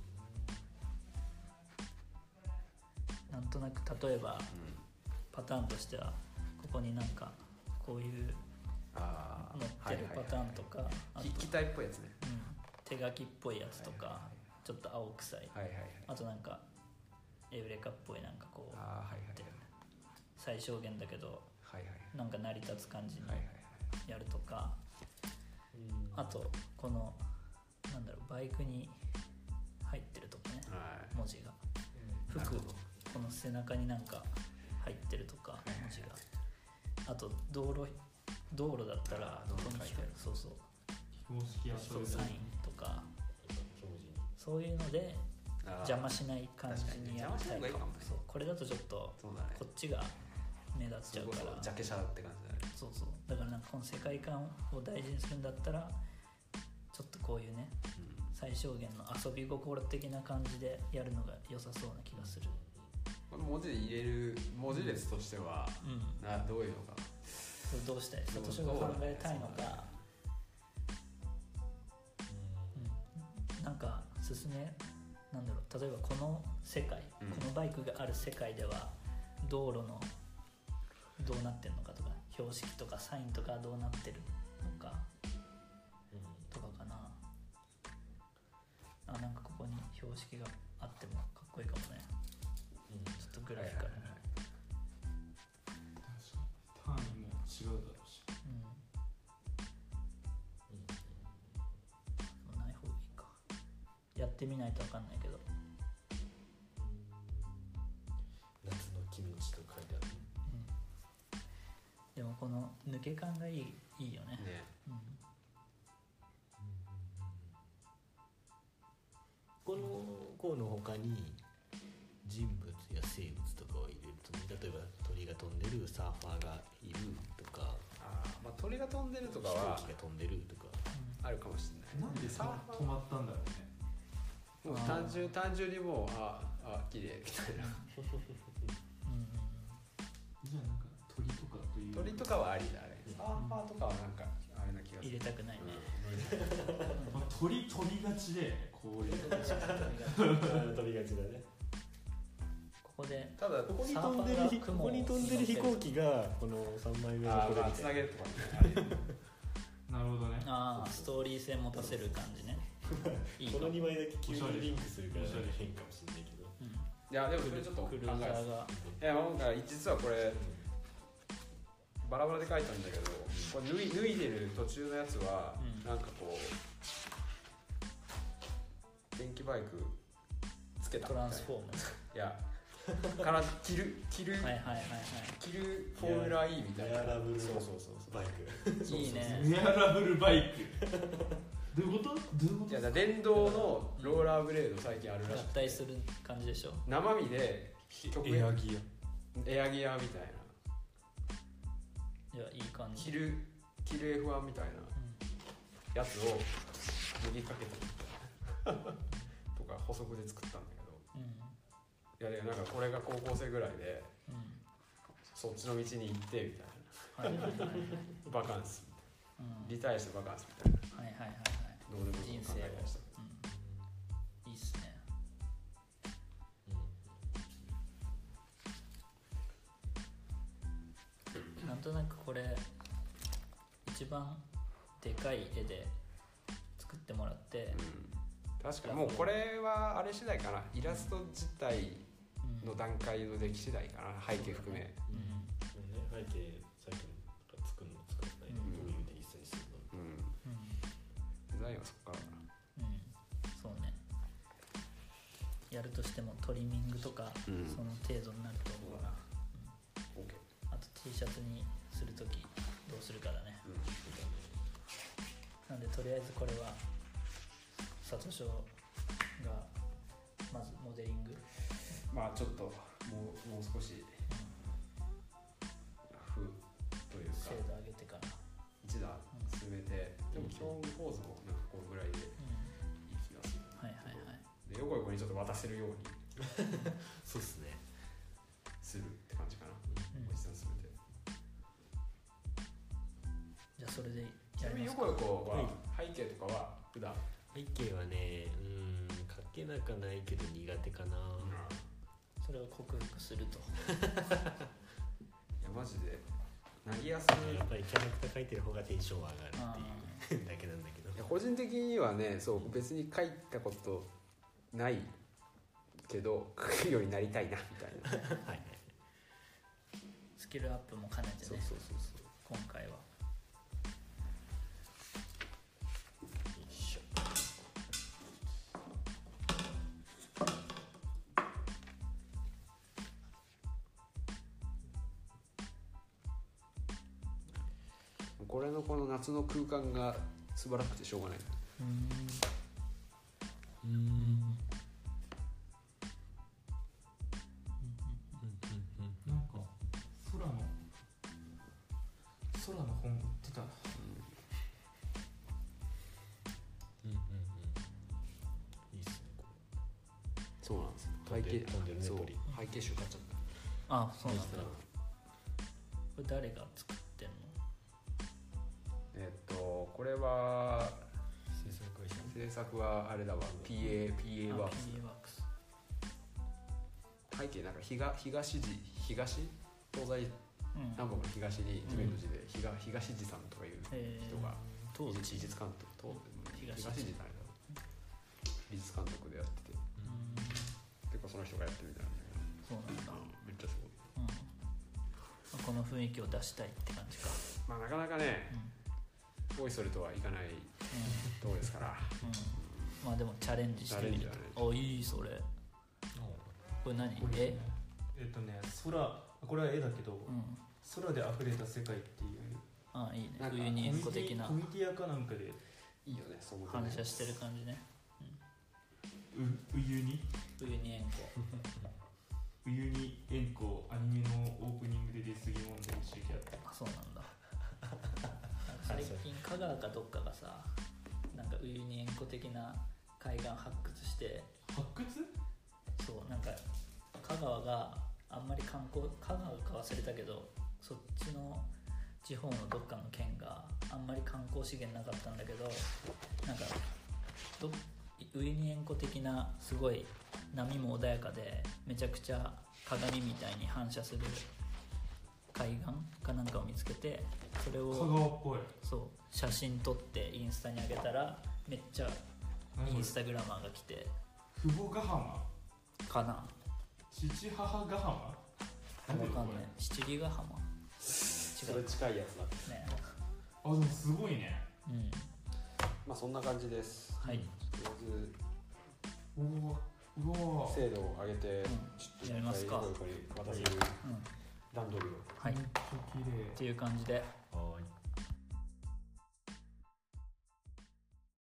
なんとなく例えば、パターンとしてはここになんかこういう乗ってるパターンとか、 筆記体っぽいやつね、 手書きっぽいやつとか、ちょっと青臭い、あとなんかエウレカっぽいなんかこう、最小限だけど、なんか成り立つ感じにやるとか、あとこのなんだろう、バイクに入ってるとかね、文字が服、この背中になんか入ってるとか文字が、あと道路だったらここにそうそうサインとか、そういうので邪魔しない感じにやりたいかも。そう、これだとちょっとこっちが目立っちゃうから、 ジャケ写って感じだね。 そうそう、だからなんかこの世界観を大事にするんだったらちょっとこういうね、最小限の遊び心的な感じでやるのが良さそうな気がする。 文字入れる文字列としては、どういうのかな、 どうしたい、私が考えたいのか、なんか進め、なんだろう、例えばこの世界、このバイクがある世界では道路のどうなってるのかとか、標識とかサインとかどうなってるのか、とかかな。なんかここに標識があってもかっこいいかもね、ちょっとグラフィカルに、 単位も違うだろうし、 ない方がいいか、やってみないと分かんないけど。 夏のキムチと書いてある、 でもこの抜け感がいいよね。 この項の他に人物や生物とかを入れると、例えば鳥が飛んでる、サーファーがいるとか、 まあ、鳥が飛んでるとかは飛行機が飛んでるとか、 あるかもしれない。 なんで止まったんだろうね。 もう単純にもう綺麗みたいなじゃあなんか鳥とかという鳥とかはありだね。サーファーとかはなんかあれな気がする。 入れたくないね、 まあ鳥飛びがちでこういう飛びがちだね。 ここでただここに飛んでる飛行機がこの3枚目のこれみたいつなげるとかね。 なるほどね。 ストーリー性持たせる感じねいいこの2枚だけ急おしゃれにリンクするから変かもしれないけど。 いやでもそれちょっと考クルーザーがえ。いやなんか実はこれバラバラで書いたんだけど、これ脱いでる途中のやつは、なんかこう電気バイクつけたみたいな。 トランスフォームいやから着るはいはいはいはい着るフォーミュラ E みたいな。 エアラブルそうバイク。 いいねエアラブルバイクどういうこといやだ電動のローラーブレード最近あるらし合くて、 体する感じでしょ。 生身でエアギエアギアみたいいやいい感なじ。 着る F1 みたいなやつを脱ぎかけたとか補足で作ったんだけど、いやでなんかこれが高校生ぐらいでそっちの道に行ってみたいな、 はいはいはいはいバカンスうんリタイアしてバカンスみたいな、 はいはいはいはいどうでもいいこと考えました。 いいっすね。なんとなくこれ一番でかい絵で作ってもらって、 確かにもうこれはあれ次第かな、イラスト自体の段階の出来次第かな、背景含め。 背景最近作るの作らないの共有で一切するの。 デザインはそこからかな。 そうね。やるとしてもトリミングとか、その程度になると思うな。 OK。 あと T シャツにするときどうするかだね。なんでとりあえずこれは佐藤翔がまずモデリング、 まあちょっともう少しラフというか精度上げてから、 一段進めて、でも基本ポーズもなんかこのぐらいでいい気がする。 はいはいはい。 で横横にちょっと渡せるようにそうっすね。 するって感じかな。おじさん進めて。 じゃあそれでちなみに横横は背景とかは普段背景はね、描けなくないけど苦手かな。 それを克服すると。 いやマジでなりやすい。 やっぱりキャラクター描いてる方がテンション上がるっていうだけなんだけど。 いや個人的にはね、そう別に書いたことないけど書くようになりたいなみたいなはい。 スキルアップも兼ねてね。 そう今回は。 これのこの夏の空間が素晴らしくてしょうがない。 なんか空の本売ってた。 いいっすね。 そうなんです。 飛んでるねそう鳥。 背景集買っちゃった。 あ、そうなんだ。これ誰が作ってんの？ これは制作会社。 制作はあれだわ、PA ワークス。 PA ワークス。 背景なんか東西南北の東に地面の字で東地さんとかいう人が美術監督と東地さん美術監督でやってて、結構その人がやってるみたいなんだけど、 そうなんだ。 めっちゃすごい。 この雰囲気を出したいって感じか。 まあなかなかね、おいそれとはいかないところですから、 まあでもチャレンジしてみると。あ、いいそれ。これ何？ これこれは絵だけど、空で溢れた世界っていう。 あ、いいね。冬に円弧的なコミティアかなんかでいいよね、その反射してる感じね。 冬に円弧。 冬に円弧アニメのオープニングで出過ぎ問題集やった。 あ、そうなんだ。最近香川かどっかがさ、なんかウユニ塩湖的な海岸発掘して、 発掘？ そうなんか香川があんまり香川か忘れたけど、そっちの地方のどっかの県があんまり観光資源なかったんだけど、なんかウユニ塩湖的なすごい波も穏やかでめちゃくちゃ鏡みたいに反射する海岸かなんかを見つけて、それを香川っぽい、 そう写真撮ってインスタに上げたらめっちゃインスタグラマーが来て、 父母ヶ浜かな、 父母ヶ浜、 わかんない、七里ヶ浜、 それ近いやつだね。 あ、でもすごいね。 うん、 まあそんな感じです。 はい、 とりあえずうわ精度を上げて、 ちょっとやりますか。 渡せる段取りを、 はい、 めっちゃ綺麗っていう感じで